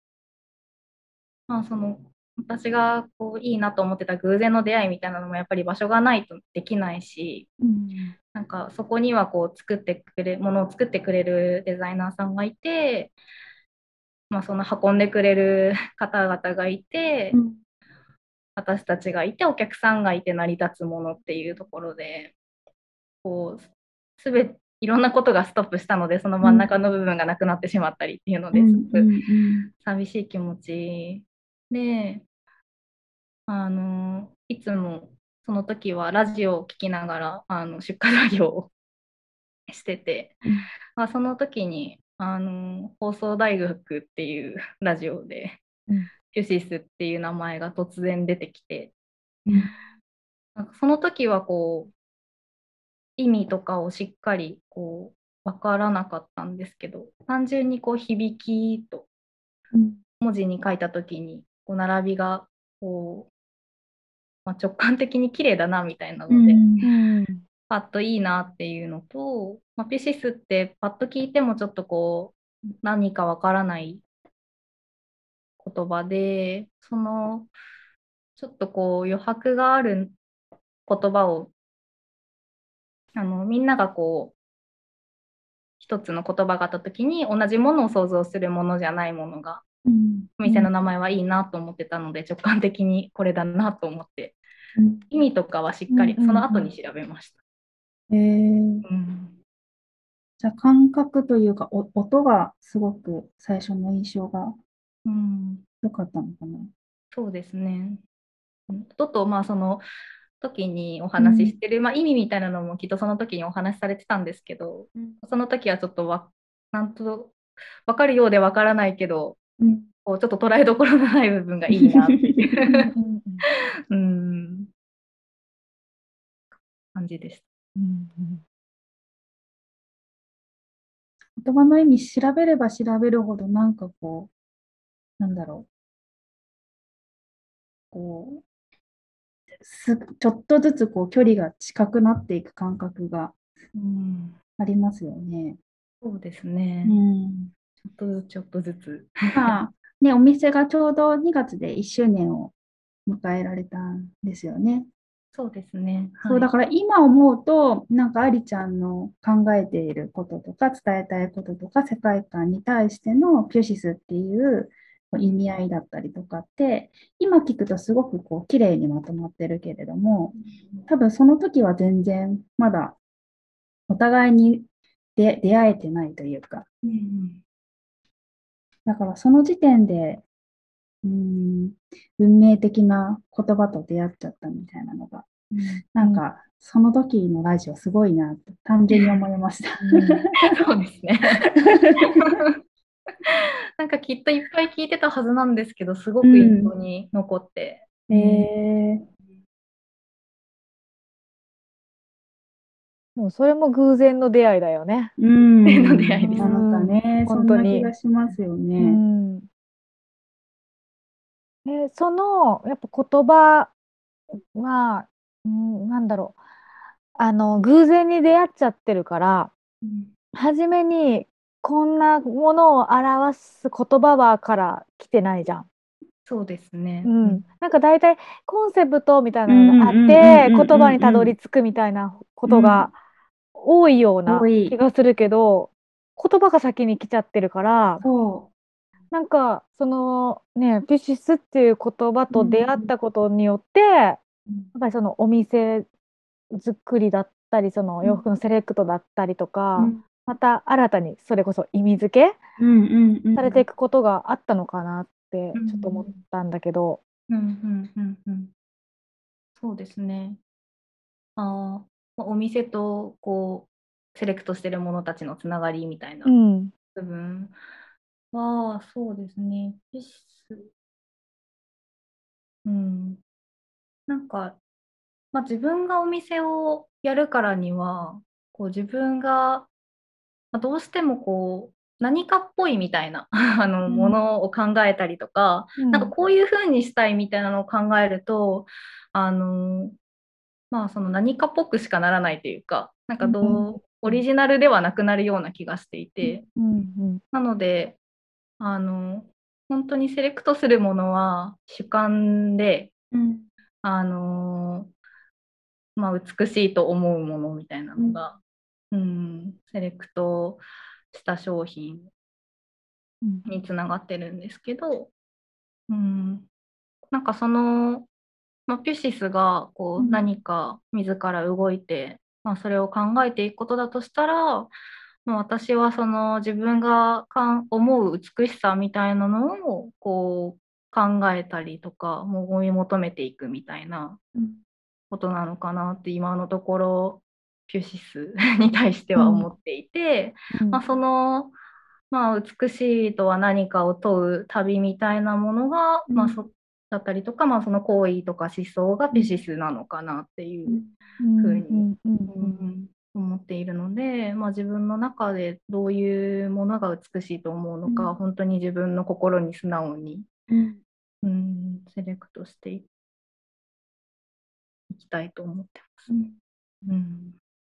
その、私がこういいなと思ってた偶然の出会いみたいなのもやっぱり場所がないとできないし、 うんなんかそこにはこうものを作ってくれるデザイナーさんがいて、その運んでくれる方々がいて、 うん私たちがいて、お客さんがいて成り立つものっていうところで、こう、いろんなことがストップしたので、その真ん中の部分がなくなってしまったりっていうのですごく寂しい気持ちで、いつもその時はラジオを聴きながら出荷作業をしてて、その時に放送大学っていうラジオで、ピュシスっていう名前が突然出てきて、なんかその時はこう意味とかをしっかりこう分からなかったんですけど、単純にこう響きと文字に書いた時にこう並びがこう、直感的に綺麗だなみたいなので、パッといいなっていうのと、ピシスってパッと聞いてもちょっとこう何かわからない言葉で、そのちょっとこう余白がある言葉をみんながこう一つの言葉があった時に同じものを想像するものじゃないものが、お店の名前はいいなと思ってたので直感的にこれだなと思って、意味とかはしっかりその後に調べました。 じゃあ感覚というか音がすごく最初の印象が良かったのかな。 そうですね。とその時にお話ししてる、意味みたいなのもきっとその時にお話しされてたんですけど、その時はちょっとなんと分かるようで分からないけど、こうちょっと捉えどころのない部分がいいなっていう感じでした。 言葉の意味調べれば調べるほどなんかこう、なんだろこちょっとずつ距離が近くなっていく感覚がうん、 ありますよね。 そうですうね。 ん。 ちょっとずつちょっとずつ。 まあ、ね、お店がちょうど2月で1周年を迎えられたんですよね。 そうですね。 そう、だはい。 から今思うと、なんかありちゃんの考えていることとか、伝えたいこととか、世界観に対してのピュシスっていう意味合いだったりとかって、今聞くとすごく綺麗にまとまってるけれども、多分その時は全然まだお互いに出会えてないというか、 うん、 だからその時点で、うん、運命的な言葉と出会っちゃったみたいなのが、 うん、 うん。 なんかその時のラジオすごいなって単純に思いました。 うん。 そうですね。なんかきっといっぱい聞いてたはずなんですけど、すごく印うん。 象に残って。 えうん、 ー、 でもそれも偶然の出会いだよね。 うの出会いん。 です。 なんかうん。 ね、そんな気本当に。 がしますようね。 ん。その、やっぱ言葉は、なんだろう。偶然に出会っちゃってるから、 うん、 初めにこんなものを表す言葉はから来てないじゃん。 そうですね。うん、 うん。なんか大体コンセプトみたいうんなのがあっうんうんて、 うん言葉にたうんうん。 どり着くみたいなこうん。 とが多いような気多い。 がするけど、言葉が先に来ちゃってるから、 そなんかそのね、ピシスっていう言葉う。うと出会っん。 たことによって、やっうん、 ぱりそのお店作りだったり、そのうん洋服のセレクトだったりとか、 うんまた新たにそれこそ意味付けうんうんうん。 されていくことがあったのかなってうちょっと思っん、 たんだけど。 うん、うん、うん、うん、そうですね。ああ、お店とこう、セレクトしてるものたちのつながりみたいなうん。 部分は、そうですね。うん。なんか、まあ、自分がお店をやるからには、こう自分が、まあ、どうしてもこう、何かっぽいみたいなもうん。 のを考えたりとか、なんかうん。 こういうふうにしたいみたいなのを考えると、あの、まあその何かっぽくしかならないというか、なんかうん。 オリジナルではなくなるような気がしていて、 うん。うん。 なので、あの、本当にセレクトするものは主観で、 うんあの、まあ、美しいと思うものみたいなうんのが、うん、セレクトした商品うん。 につながってるんですけど、うん、なんかその、まあ、ピュシスがこううん何か自ら動いて、まあ、それを考えていくことだとしたら、まあ、私はその自分が思う美しさみたいなのをこう考えたりとか、もう追い求めていくみたいなうんことなのかなって今のところピュシスに対してうん。 は思っていて、まあ、 うん。 その、まあ、美しいとは何かを問う旅みたいなものが、まあ、だったりとか、まあ、その行為とか思想がピュシスなのかなっていううん。うふうに、 ん。うん。 うん、思っているので、まあ、自分の中でどういうものが美しいと思うのか、本当に自分の心に素直に、 うんうん、セレクトしていきたいと思ってますね。 うん。 うん、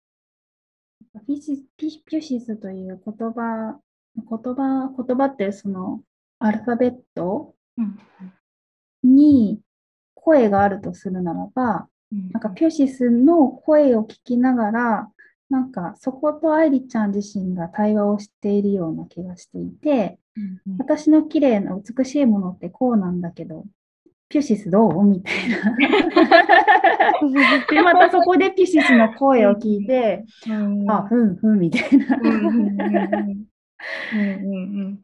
ピュシスという言葉ってそのアルファベットうん、 に声があるとするならば、 うん、 なんかピュシスの声を聞きながら、なんかそこと愛梨ちゃん自身が対話をしているような気がしていて、 うん、うん、 私の綺麗な美しいものってこうなんだけど、ピュシスどうみたいな。で、またそこでピュシスの声を聞いて、 うん、 あ、 うん、 ふんふんみたいな。 うん、うん、うん、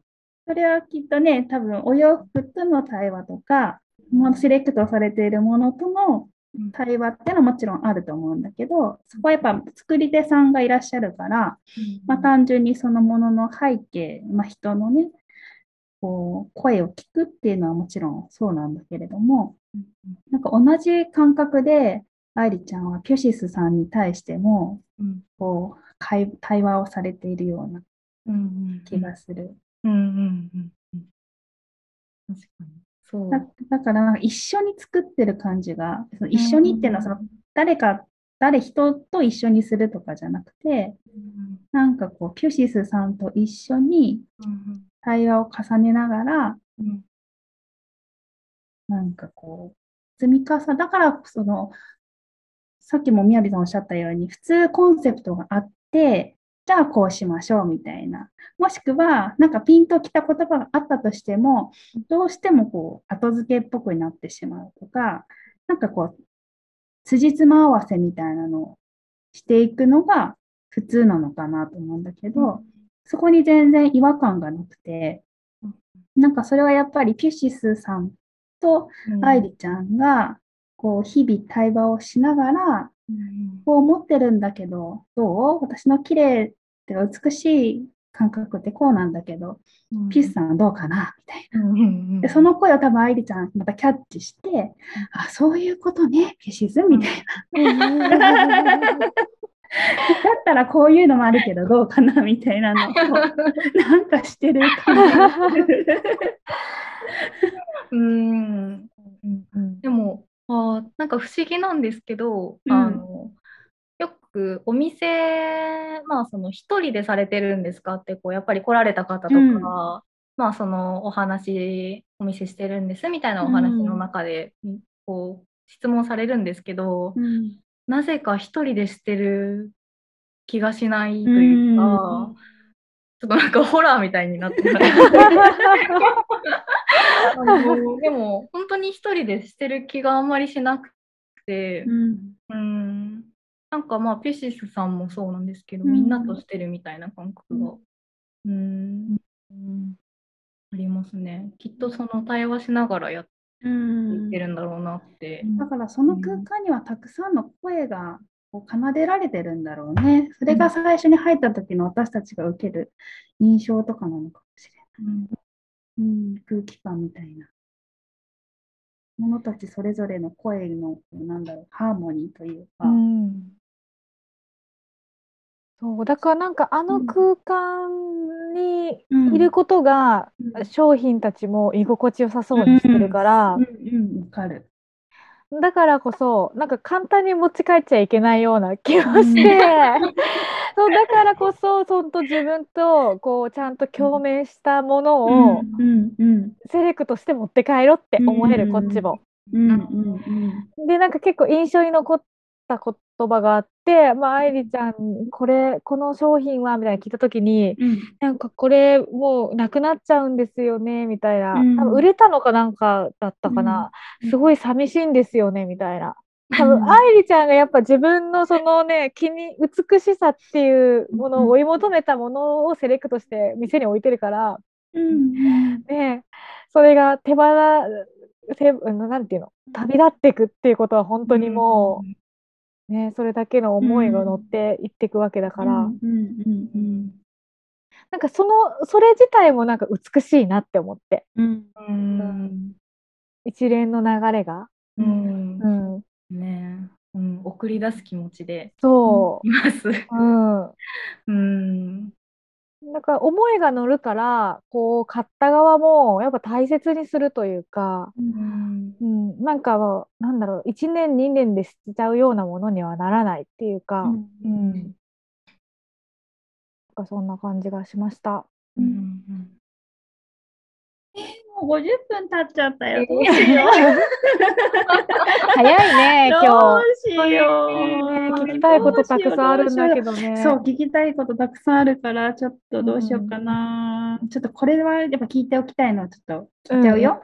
それはきっとね、多分お洋服との対話とか、もうセレクトされているものとの対話っていうのはもちろんあると思うんだけど、そこはやっぱ作り手さんがいらっしゃるから、まあ、単純にそのものの背景、まあ、人のね、声を聞くっていうのはもちろんそうなんだけれども、なんか同じ感覚で愛梨ちゃんはピュシスさんに対しても対話をされているような気がする。 うん、うん、確かに。 だ、 そう。 だからなんか一緒に作ってる感じが、その一緒にっていうのはその人と一緒にするとかじゃなくて、 うんなんかこう、ピュシスさんと一緒にうん対話を重ねながら、 うんなんかこう、積み重ね、だからその、さっきもみやびさんおっしゃったように、普通コンセプトがあって、じゃあこうしましょうみたいな。もしくは、なんかピンときた言葉があったとしても、どうしてもこう、後付けっぽくなってしまうとか、なんかこう、辻褄合わせみたいなのをしていくのが普通なのかなと思うんだけうんど、そこに全然違和感がなくて、なんかそれはやっぱりピュシスさんとうん愛梨ちゃんが、こう、日々対話をしながら、 うんこう思ってるんだけど、どう私の綺麗っていうか美しい感覚ってこうなんだけど、ピュスさんはどうかなみたいな。 うんうんで、その声を多分愛梨ちゃんまたキャッチして、あ、そういうことね、ピュシズみたいな。だったらこういうのもあるけどどうかなみたいなのをなんかしてる感じがする。 うんうんでも、なんか不思議なんですけど、 うんよくお店、まあその一人でされてるんですかってこうやっぱり来られた方とうんか、まあそのお話お見せしてるんですみたいなうお話のん中でこう質問されるんですけど、 うんなぜか一人でしてる気がしないうというんか、ちょっとなんかホラーみたいになってます。でも本当に一人でしてる気があんまりしなくて、 うんなんかまあピシスさんもそうなんですけど、 うみんなとんしてるみたいな感覚が、 うんうんありますね。きっとその対話しながらやっうていってんるんだろうなって。 だからその空間にはたくさんの声がこう奏でられてるんだろうね。それが最初に入った時の私たちが受ける印象とかなのかもしれうん、 ない。空気感みたいな。者たちそれぞれの声の、なんだろう、ハーモニーといううか。 んそう、だからなんかあのうん空間にうんいることがうん商品たちも居心地よさそうにしてるうんからわかる。 だからこそなんか簡単に持ち帰っちゃいけないような気うがしんてそうだからこそ自分とこうちゃんと共鳴したもうのをんうんうんセレクトして持って帰ろうってうん思えるこっちも。 うんうんで、なんか結構印象に残った言葉があって、まあ、愛梨ちゃん、この商品はみたいな聞いたときに、 うんなんかこれもうなくなっちゃうんですよね、みたいな。多分売うんれたのかなんかだったうんかな。すごい寂しいんですよね、みたいな。多分、 うん愛梨ちゃんがやっぱ自分のそのね、美しさっていうものを追い求めたものをセレクトして店に置いてるから、 うんね、それがなんていうの、旅立っていくっていうことは本当にもう、ね、それだけの思いが乗っていっていくわけだから、なんかそれ自体もなんか美しいなって思って、一連の流れが。うん、 ね送り出す気持ちでそいます。 う、うん。 うん。 だから思いが乗るから、こう、買った側もやっぱ大切にするというか、なんかなんだろう、1年、2年で捨てちゃうようなものにはならないっていうか、なんかそんな感じがしました。 もう50分経っちゃったよ。 えーどうしよう。 早いね、 ど今うしよ日。ね、聞きう。 たいことどうしよう、 たくさんあるんだけどうしよう。 どね。 そう、聞きたいことたくさんあるから、ちょっとどうしようかな。ちょっとこれはやっぱ聞いておきたいのをちょっと聞いちゃうよ。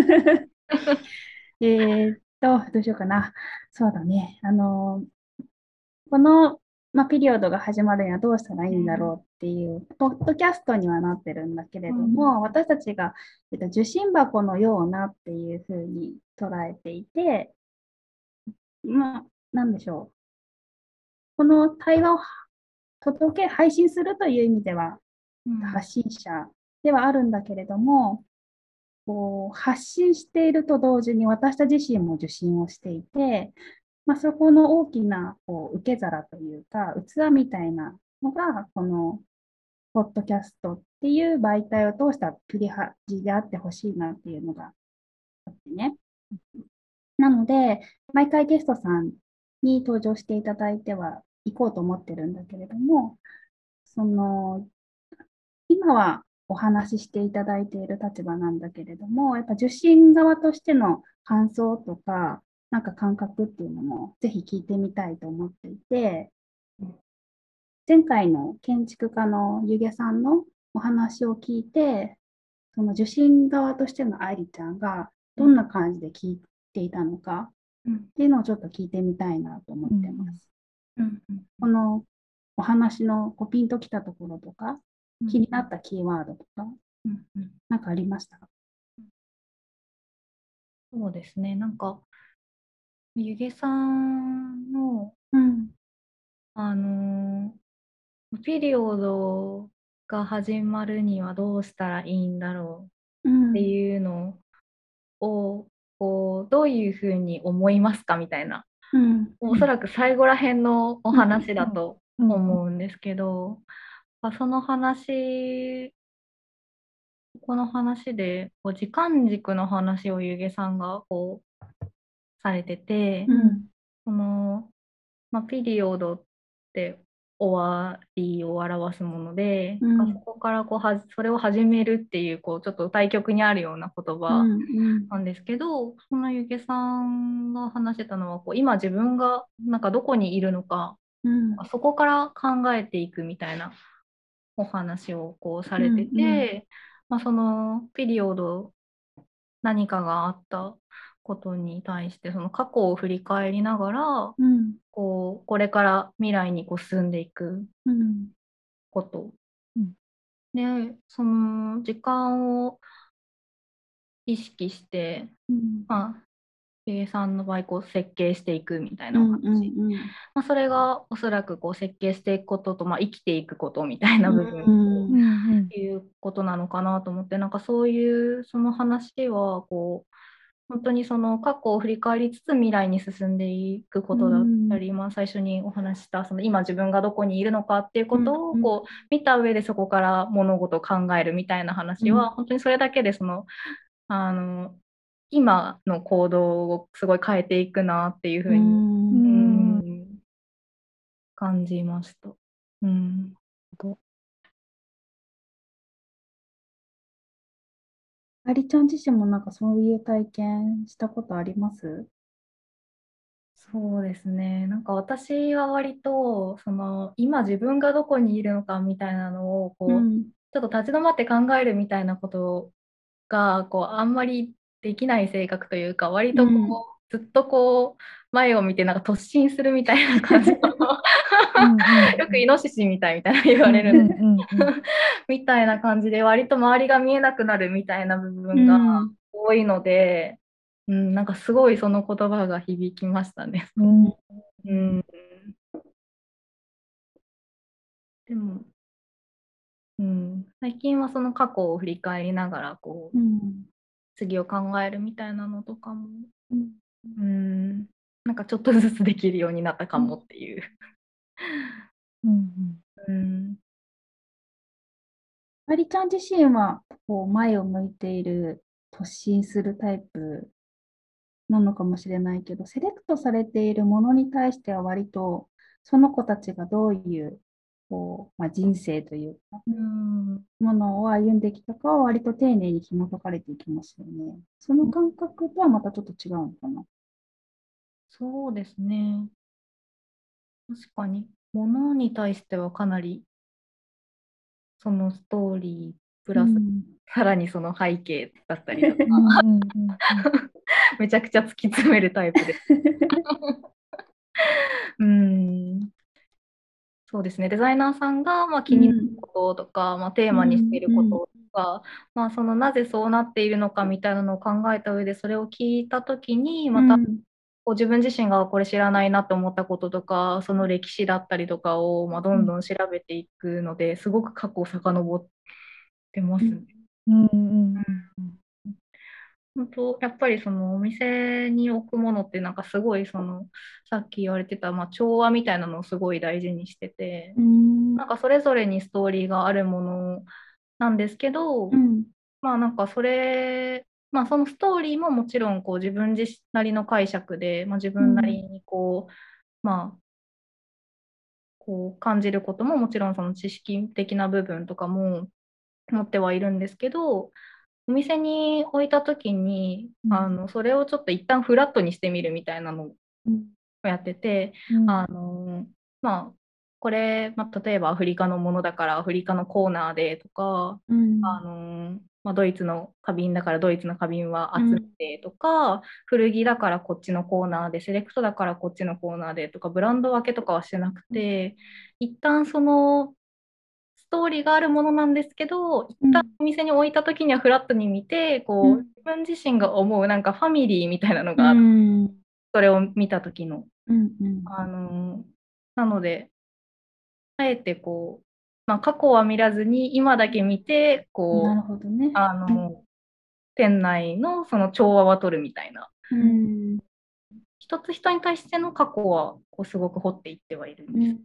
どうしようかな。そうだね。この、ピリオドが始まるにはどうしたらいいんだろうっていう、ポッドキャストにはなってるんだけれども、私たちが、受信箱のようなっていうふうに捉えていて、なんでしょう。この対話を配信するという意味では、発信者ではあるんだけれども、こう発信していると同時に私たち自身も受信をしていて、そこの大きな受け皿というか、器みたいなのが、このポッドキャストっていう媒体を通したプリハジであってほしいなっていうのがあってね。なので、毎回ゲストさんに登場していただいては行こうと思ってるんだけれども、その、今はお話ししていただいている立場なんだけれども、やっぱ受信側としての感想とか、なんか感覚っていうのもぜひ聞いてみたいと思っていて、前回の建築家のゆげさんのお話を聞いて、その受信側としての愛梨ちゃんがどんな感じで聞いていたのかっていうのをちょっと聞いてみたいなと思ってます。このお話のこうピンときたところとか、気になったキーワードとか、なんかありましたか？ そうですね。なんか、ゆげさんの、 うん、 あのピリオドが始まるにはどうしたらいいんだろうってうん、 いうのを、こう、どういうふうに思いますかみたいな、 うん、 おそらく最後らへんのおうん、 話だとうん。 思うんですけど、その話、この話で、こう時間軸の話をゆげさんがこうされてて、 うん、 その、ピリオドって終わりを表すもので、そうん、 こからこうそれを始めるっていう、こうちょっと対極にあるような言葉うん、うん、 なんですけど、そのゆげさんが話してたのは、こう今自分がなんかどこにいるのか、 うん、 そこから考えていくみたいなお話をこうさうん、 れてうん、 て、そのピリオド、何かがあったことに対して、その過去を振り返りながら、 うん、 これから未来にこう進んでいくうん、 こと。 うん。 で、その時間を意識して、 うん、 経営さんの場合、こう設計していくみたいなおうん、う話。 ん、 それがおそらくこう設計していくことと、生きていくことみたいなう部分うん、 ん。 いうことなのかなと思って、なんかそういうその話はこう本当にその過去を振り返りつつ未来に進んでいくこうとだったん、 り、最初にお話ししたその今自分がどこにいるのかっていうこうん、 とをこう見た上でそこから物事を考えるみたいな話は本当にそれだけでそのあの今の行動をすごい変えていくなっていうふううに、うん。 感じました。うん、 ありちゃん自身もなんかそういう体験したことあります？ そうですね。なんか私は割とその今自分がどこにいるのかみたいなのをこううん、 ちょっと立ち止まって考えるみたいなことがこうあんまりできない性格というか、割とこうん。 うずっとこう前を見てなんか突進するみたいな感じのうんうんよくイノシシみたいな言うんうんわれるんでうんうん。 みたいな感じで割と周りが見えなくなるみたいな部う分がん。 多いので、なんかすごいその言葉が響きましたね。 うん。 うん、でも、最近はその過去を振り返りながらこううん。 次を考えるみたいなのとかも、 うん。 うん、なんかちょっとずつできるようになったかもっていう。 うんうん、 ありちゃん自身はこう前を向いている、突進するタイプなのかもしれないけど、セレクトされているものに対しては割とその子たちがどういうこう、人生というか、 うん、 ものを歩んできたかは割と丁寧に紐解かれていきますよね。その感覚とはまたちょっと違うのかな。 そうですね。確かに、ものに対してはかなりそのストーリープラス、 うん。 さらにその背景だったりとか、 うんうんうんめちゃくちゃ突き詰めるタイプです。うん、そうですね。デザイナーさんが気になるうん。 こととか、テーマにしてうん。 いるうん。 こととか、そのなぜそうなっているのかみたいなのを考えた上で、それを聞いたときに、またうん。 こう自分自身がこれ知らないなと思ったこととか、その歴史だったりとかを、どんどん調べていくので、すごく過去を遡ってますね。 うんうん本当、やっぱりそのお店に置くものってなんかすごいそのさっき言われてた調和みたいなのをすごい大事にしてて、 うん。 なんかそれぞれにストーリーがあるものなんですけど、 うん。 なんかそれまあ、そのストーリーももちろんこう自分自身なりの解釈で、まあ、自分なりにこう、まあ、こう感じることももちろんその知識的な部分とかも持ってはいるんですけど、お店に置いた時に、それをちょっと一旦フラットにしてみるみたいなのをやってて、まあ、これ、まあ、例えばアフリカのものだからアフリカのコーナーでとか、まあ、ドイツの花瓶だからドイツの花瓶は集めてとか、古着だからこっちのコーナーで、セレクトだからこっちのコーナーでとか、ブランド分けとかはしてなくて、一旦そのストーリーがあるものなんですけど、一旦お店に置いた時にはフラットに見て、こう自分自身が思うなんかファミリーみたいなのがある、それを見た時の。なので、あえてこう、まあ、過去は見らずに今だけ見てこう、 なるほどね。 店内のその調和は取るみたいな、一つ人に対しての過去はこうすごく掘っていってはいるんです。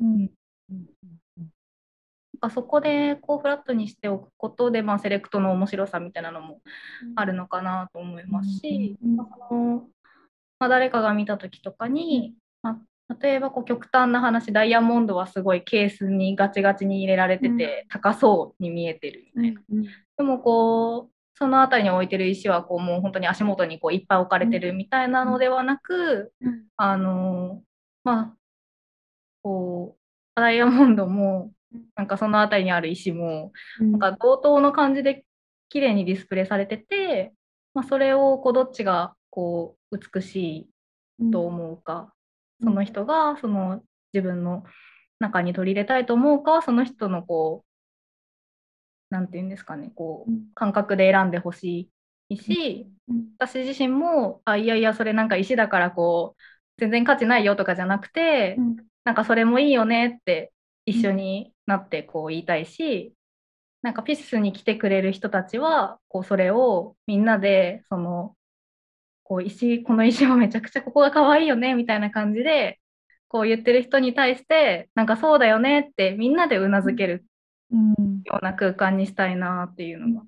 そこでこうフラットにしておくことで、まあ、セレクトの面白さみたいなのもあるのかなと思いますし、まあ、誰かが見た時とかに、まあ、例えばこう極端な話、ダイヤモンドはすごいケースにガチガチに入れられてて、高そうに見えてるみたいな。でもこうその辺りに置いてる石はこうもう本当に足元にこういっぱい置かれてるみたいなのではなく、まあこうダイヤモンドもなんかその辺りにある石もなんか同等の感じで綺麗にディスプレイされてて、まあ、それをこうどっちがこう美しいと思うか、その人がその自分の中に取り入れたいと思うかはその人のこうなんていうんですかね、こう感覚で選んでほしいし、私自身もいやいやそれなんか石だからこう全然価値ないよとかじゃなくて、なんかそれもいいよねって一緒になってこう言いたいし、なんかピスに来てくれる人たちはこうそれをみんなでそのこの石もめちゃくちゃここが可愛いよねみたいな感じでこう言ってる人に対してなんかそうだよねってみんなでうなずけるような空間にしたいなっていうのが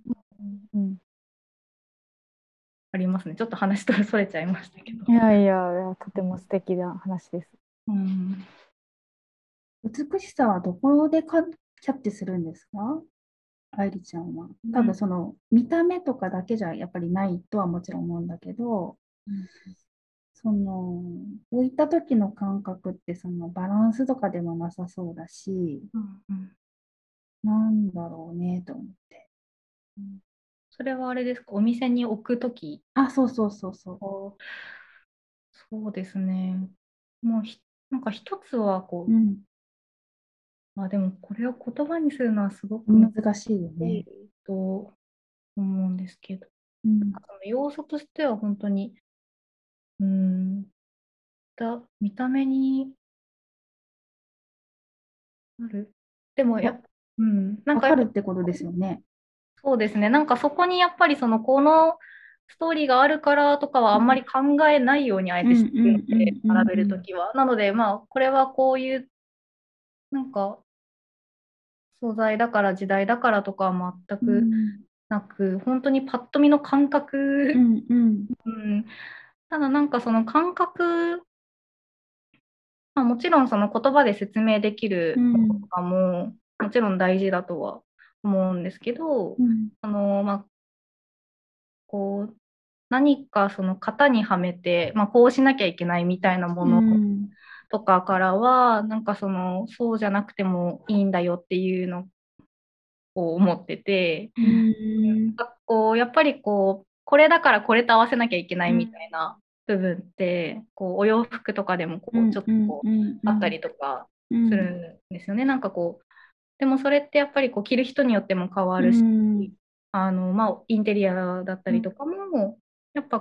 ありますね。ちょっと話とそれちゃいましたけど。 いやいや、とても素敵な話です。 美しさはどこでキャッチするんですか、愛理ちゃんは。多分その見た目とかだけじゃやっぱりないとはもちろん思うんだけど、その置いた時の感覚ってそのバランスとかでもなさそうだし、なんだろうねと思って。 それはあれですか、お店に置くとき。 そうそうそうそう。 そうですね。もうなんか一つはこう、でもこれを言葉にするのはすごく難しいよね。 と思うんですけど、その要素としては本当に、見た目にある。でもなんかわかるってことですよね。 そうですね。なんかそこにやっぱりこのストーリーがあるからとかはあんまり考えないようにあえてしてるので、並べるときは。なので、まあ、これはこういう、なんか、素材だから時代だからとかは全くなく、本当にパッと見の感覚、ただなんかその感覚、もちろんその言葉で説明できることとかももちろん大事だとは思うんですけど、こう何かその型にはめて、こうしなきゃいけないみたいなものとかからは、なんかそうじゃなくてもいいんだよっていうのを思ってて、やっぱりこれだからこれと合わせなきゃいけないみたいな部分って、お洋服とかでもちょっとあったりとかするんですよね。なんかでもそれってやっぱり着る人によっても変わるし、インテリアだったりとかも、やっぱ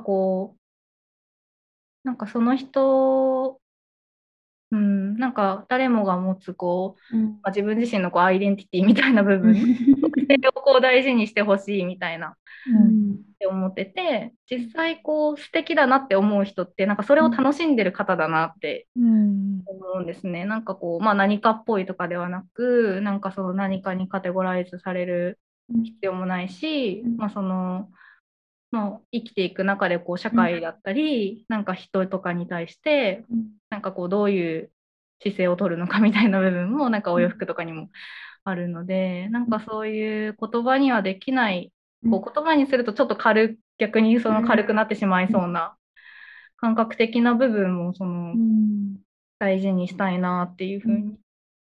なんかその人、なんか誰もが持つ自分自身のアイデンティティみたいな部分、それを大事にしてほしいみたいな、って思ってて、実際素敵だなって思う人って、なんかそれを楽しんでる方だなって思うんですね。なんか何かっぽいとかではなく、なんかその何かにカテゴライズされる必要もないし、 まあ、生きていく中でこう社会だったり、なんか人とかに対してなんかこうどういう姿勢を取るのかみたいな部分もなんかお洋服とかにもあるので、なんかそういう言葉にはできない、こう言葉にするとちょっと逆にその軽くなってしまいそうな感覚的な部分もその大事にしたいなっていうふうに、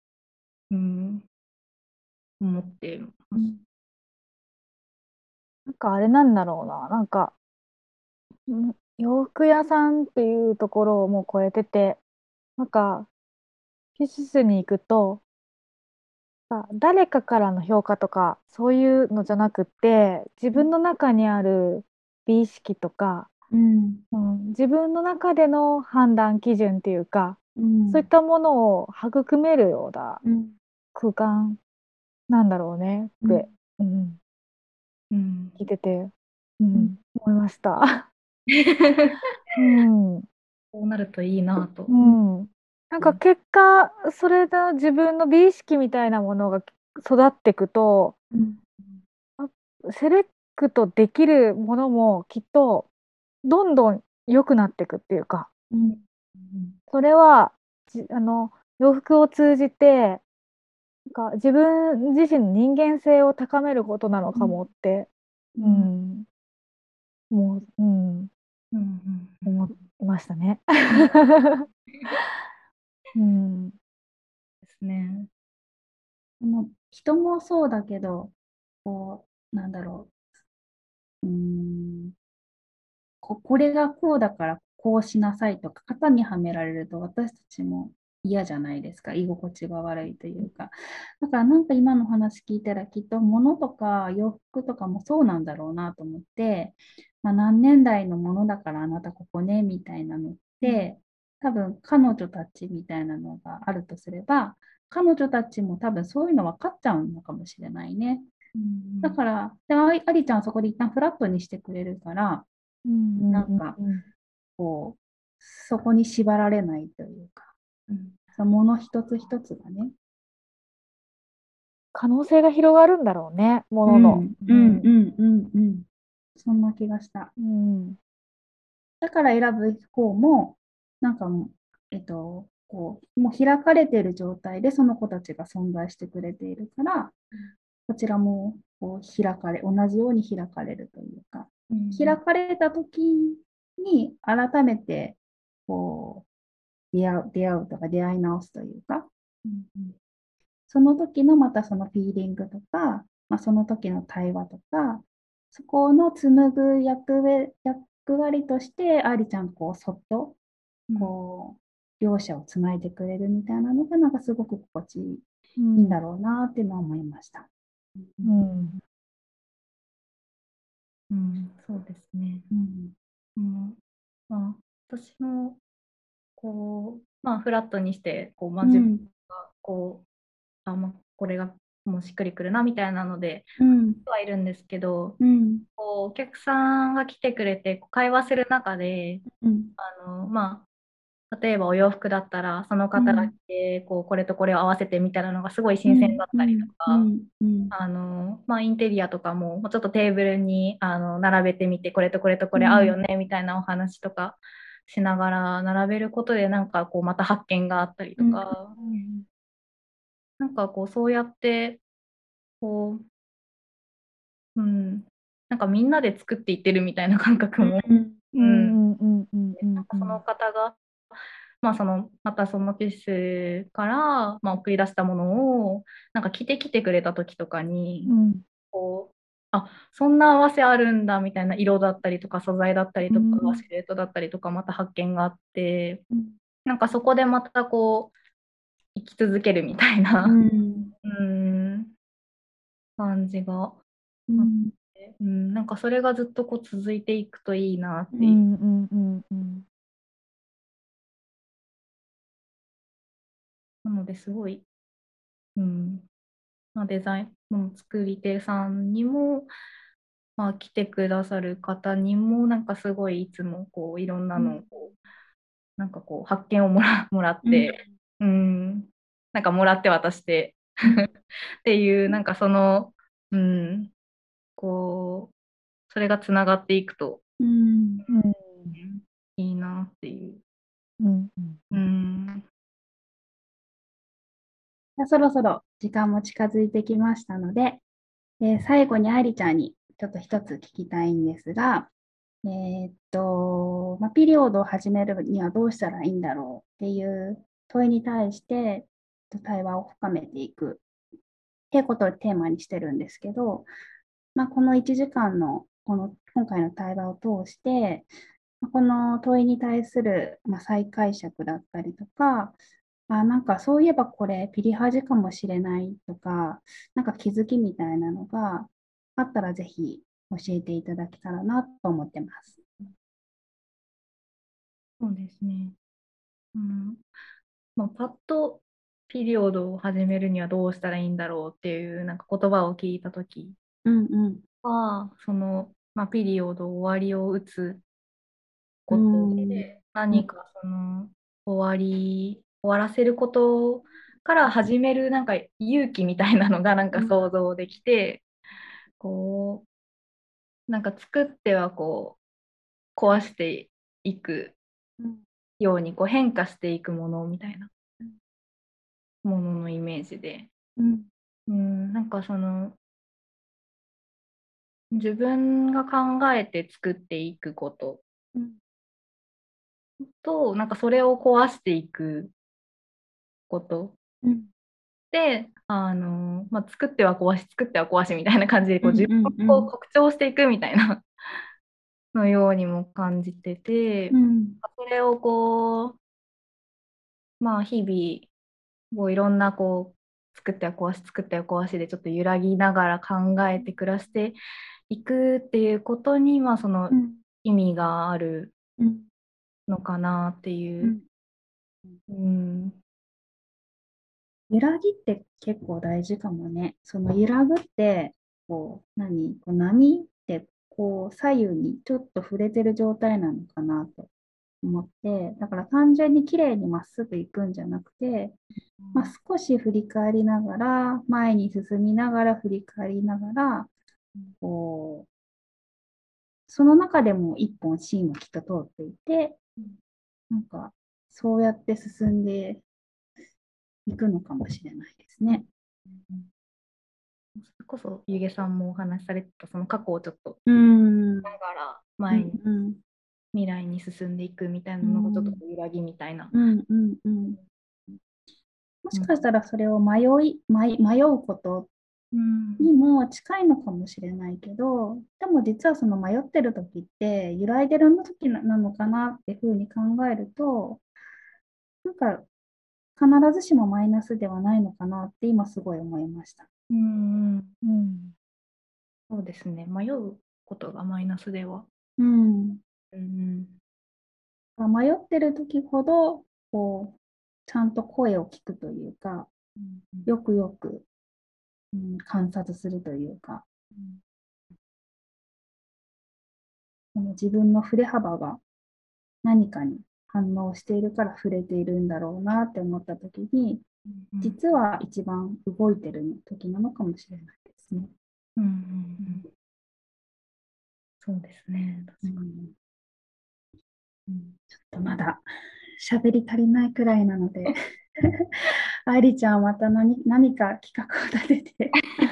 思ってます。 なんかあれなんだろうな。なんか、洋服屋さんっていうところをもう超えてて、なんか、フィススに行くと、誰かからの評価とか、そういうのじゃなくて、自分の中にある美意識とか、自分の中での判断基準っていうか、そういったものを育めるような空間なんだろうねって、聞いてて、思いました。うん。 そうなるといいなと。 なんか結果、それで自分の美意識みたいなものが育っていくと、セレクトできるものもきっとどんどん良くなっていくっていうか、それは洋服を通じてなんか自分自身の人間性を高めることなのかもって、もう、思いましたね。 ですね。 人もそうだけど、こう、なんだろう。これがこうだからこうしなさいとか、型にはめられると私たちも嫌じゃないですか。居心地が悪いというか。だからなんか今の話聞いたらきっと物とか洋服とかもそうなんだろうなと思って、何年代のものだからあなたここねみたいなのって、多分彼女たちみたいなのがあるとすれば、彼女たちも多分そういうの分かっちゃうのかもしれないね。だから、ありちゃんそこで一旦フラットにしてくれるから、なんか、こう、そこに縛られないというか、そのもの一つ一つがね。 可能性が広がるんだろうね、ものの。 そんな気がした。だから選ぶ方も、なんかもう、もう開かれている状態でその子たちが存在してくれているから、こちらもこう同じように開かれるというか、開かれた時に改めてこう出会うとか出会い直すというか、その時のまたそのフィーリングとか、その時の対話とか、そこの紡ぐ役割として、ありちゃん、こう、そっと、こう、両者をつないでくれるみたいなのが、なんかすごく心地いいんだろうなっていうのは思いました。 そうですね。私も、こう、フラットにして、こう、自分が、こう、これがもうしっくりくるなみたいなので、はいるんですけど、こうお客さんが来てくれてこう会話する中で、例えばお洋服だったらその方が着てこれとこれを合わせてみたいなのがすごい新鮮だったりとか、インテリアとかもちょっとテーブルに並べてみてこれとこれとこれ合うよねみたいなお話とかしながら並べることでなんかこうまた発見があったりとか、なんかこうそうやってこう、なんかみんなで作っていってるみたいな感覚も、なんかその方が、またそのピースから、送り出したものをなんか着てきてくれた時とかに、こうそんな合わせあるんだみたいな色だったりとか素材だったりとか、シルエットだったりとかまた発見があって、なんかそこでまたこう生き続けるみたいな、感じがあって、なんかそれがずっとこう続いていくといいなっていう。なのですごい、デザインの作り手さんにも、来てくださる方にもなんかすごいいつもこういろんなのをこう、なんかこう発見をもらって、なんかもらって渡してっていうなんかその、こうそそれがつながっていくとうんうんいいなっていう。 うんそろそろ時間も近づいてきましたので、最後に愛梨ちゃんにちょっと一つ聞きたいんですが、ピリオドを始めるにはどうしたらいいんだろうっていう問いに対して対話を深めていくっていうことをテーマにしてるんですけど、この1時間の今回の対話を通して、この問いに対する、再解釈だったりとか、なんかそういえばこれピリ恥かもしれないとか、なんか気づきみたいなのがあったらぜひ教えていただけたらなと思ってます。 そうですね。パッとピリオドを始めるにはどうしたらいいんだろうっていうなんか言葉を聞いたときうんうんは、ピリオド終わりを打つうことんで、何か終わらせることから始めるなんか勇気みたいなのがなんか想像できて、こなんか作っては壊していくように変化していくものみたいなもののイメージで、なんか自分が考えて作っていくことと、なんかそれを壊していくことで、作っては壊し、作っては壊しみたいな感じで自分を拡張していくみたいなのようにも感じてて、それを日々いろんな作っては壊し、作っては壊しでちょっと揺らぎながら考えて暮らしていくっていうことに、その意味があるのかなっていう。 揺らぎって結構大事かもね。その揺らぐって、波って左右にちょっと触れてる状態なのかなと思って、だから単純に綺麗にまっすぐ行くんじゃなくて、少し振り返りながら、前に進みながら振り返りながら、こう、その中でも一本芯はきっと通っていて、なんか、そうやって進んでいくのかもしれないですね。 それこそ、ゆげさんもお話しされてた、その過去をちょっとうんながら前に、未来に進んでいくみたいなのがちょっと揺らぎみたいな。 もしかしたらそれを迷うことにも近いのかもしれないけど、でも実はその迷ってる時って揺らいでる時なのかなっていうふうに考えると、なんか必ずしもマイナスではないのかなって今すごい思いました。 そうですね。迷うことがマイナスでは。 迷ってる時ほどちゃんと声を聞くというか、よくよく、観察するというか、自分の振れ幅が何かに反応しているから触れているんだろうなって思った時に、実は一番動いてる時なのかもしれないですね。 そうですね。確かに。ちょっとまだ喋り足りないくらいなので愛梨ちゃんまた何か企画を立てて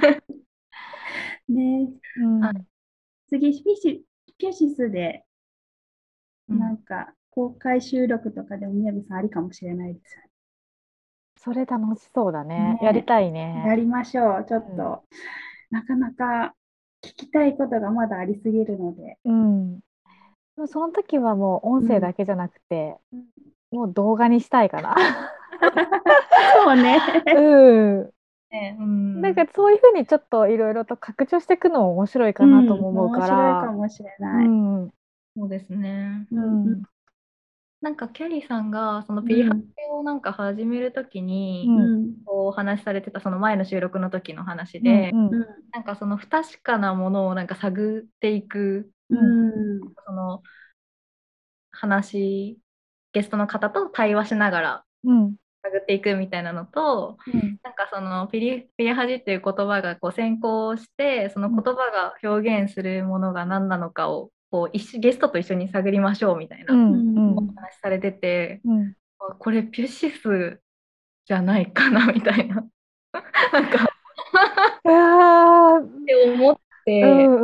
ね、次ピュシスでなんか公開収録とかでも宮城さんありかもしれないですよね。 それ楽しそうだね。やりたいね。 やりましょう。ちょっと、なかなか聞きたいことがまだありすぎるので。 その時はもう音声だけじゃなくて、もう動画にしたいかな。 そうね。 なんかそういうふうにちょっといろいろと拡張していくのも面白いかなとも思うから。 面白いかもしれない。 そうですね。なんかキャリーさんがそのピリハケをなんか始めるときにお話しされてたその前の収録の時の話で、なんかその不確かなものをなんか探っていく、そのゲストの方と対話しながら探っていくみたいなのと、なんかそのピリハジっていう言葉がこう先行して、その言葉が表現するものが何なのかをこうゲストと一緒に探りましょうみたいなお話されてて、これピュシスじゃないかなみたいななんかって思って、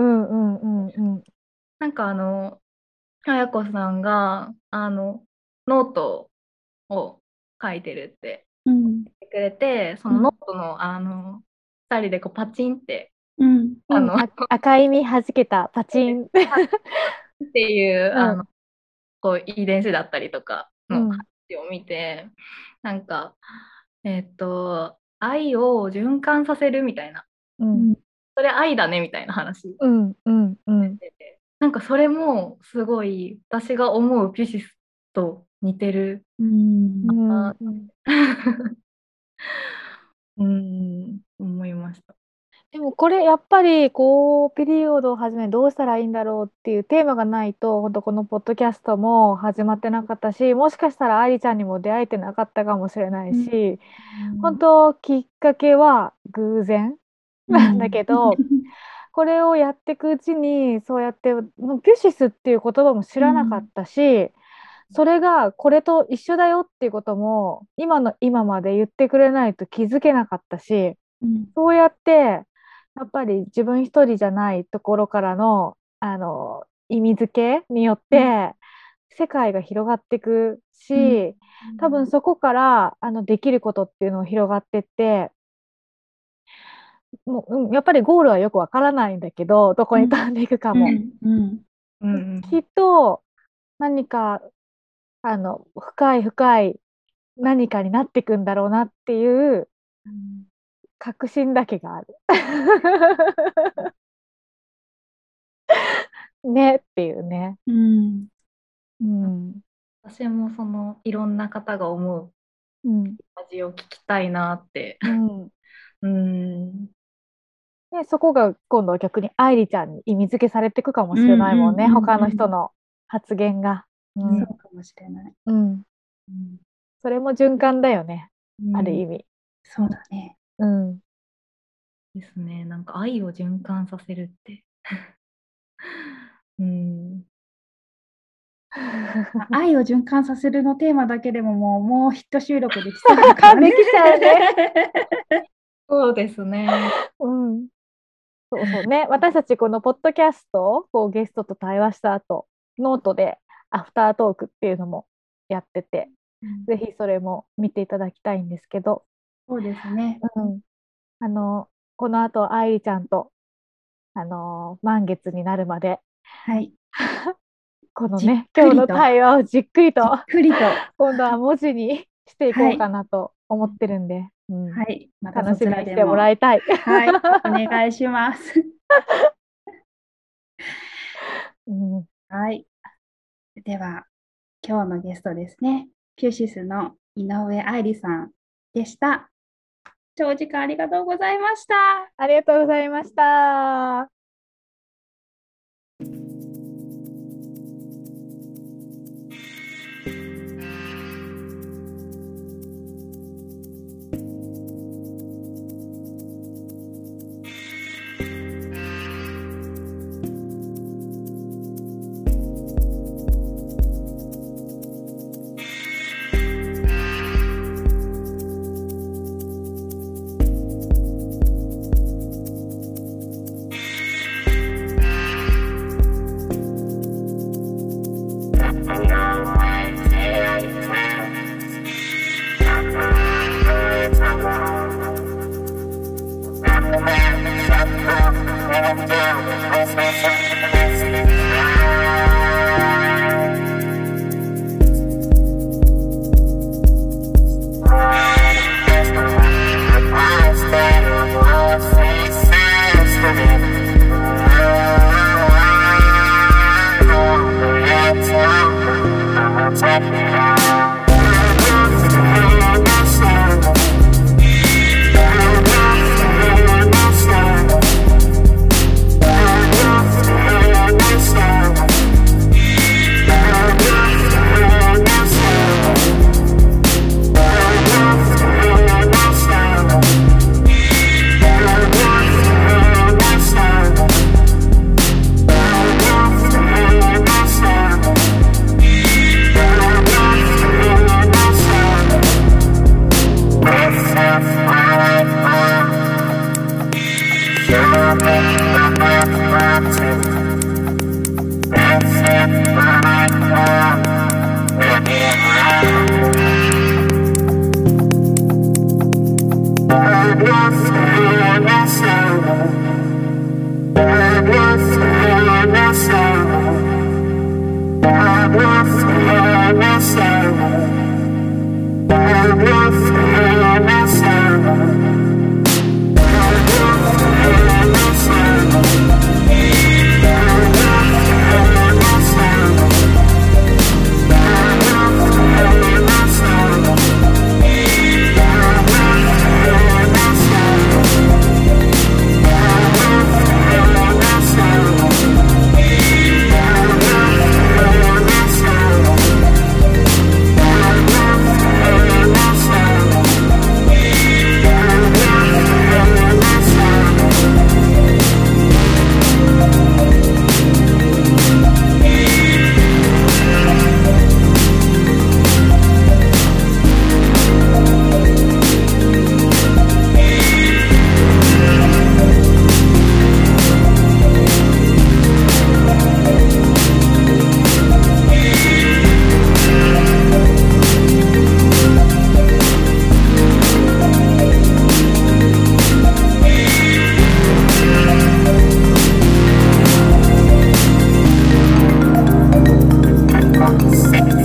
なんか綾子さんがノートを書いてるって言ってくれて、そのノートの2人でこうパチンって、 赤い実はじけたパチンっていうこう遺伝子だったりとかの話を見て、なんか愛を循環させるみたいな、それ愛だねみたいな話なんかそれもすごい私が思うピュシスと似てる思いました。 でもこれやっぱりこうピリオドを始めどうしたらいいんだろうっていうテーマがないと本当このポッドキャストも始まってなかったし、もしかしたら愛理ちゃんにも出会えてなかったかもしれないし、本当きっかけは偶然なんだけど、これをやっていくうちにそうやってもうピュシスっていう言葉も知らなかったし、それがこれと一緒だよっていうことも今の今まで言ってくれないと気づけなかったし、そうやってやっぱり自分一人じゃないところからの意味付けによって世界が広がっていくし、多分そこからできることっていうのを広がっていって、もうやっぱりゴールはよくわからないんだけど、どこに飛んでいくかも、きっと何か深い深い何かになっていくんだろうなっていう確信だけがあるねっていうね。 私もそのいろんな方が思う味を聞きたいなって。 でそこが今度は逆に愛理ちゃんに意味付けされていくかもしれないもんね、他の人の発言が。 そうかもしれない。 それも循環だよね、ある意味。 そうだね。 ですね。なんか愛を循環させるって愛を循環させるのテーマだけでももうヒット収録できそうだからね。 できちゃうね。 そうですね。 そうそうね。私たちこのポッドキャストをゲストと対話した後、ノートでアフタートークっていうのもやってて、ぜひそれも見ていただきたいんですけど。 そうですね。 この後愛理ちゃんと満月になるまで、このね今日の対話をじっくりと今度は文字にしていこうかなと思ってるんで、 また楽しみにしてもらいたい。 お願いします。では今日のゲストですね、ピュシスの井上愛理さんでした。長時間ありがとうございました。 ありがとうございました。 す。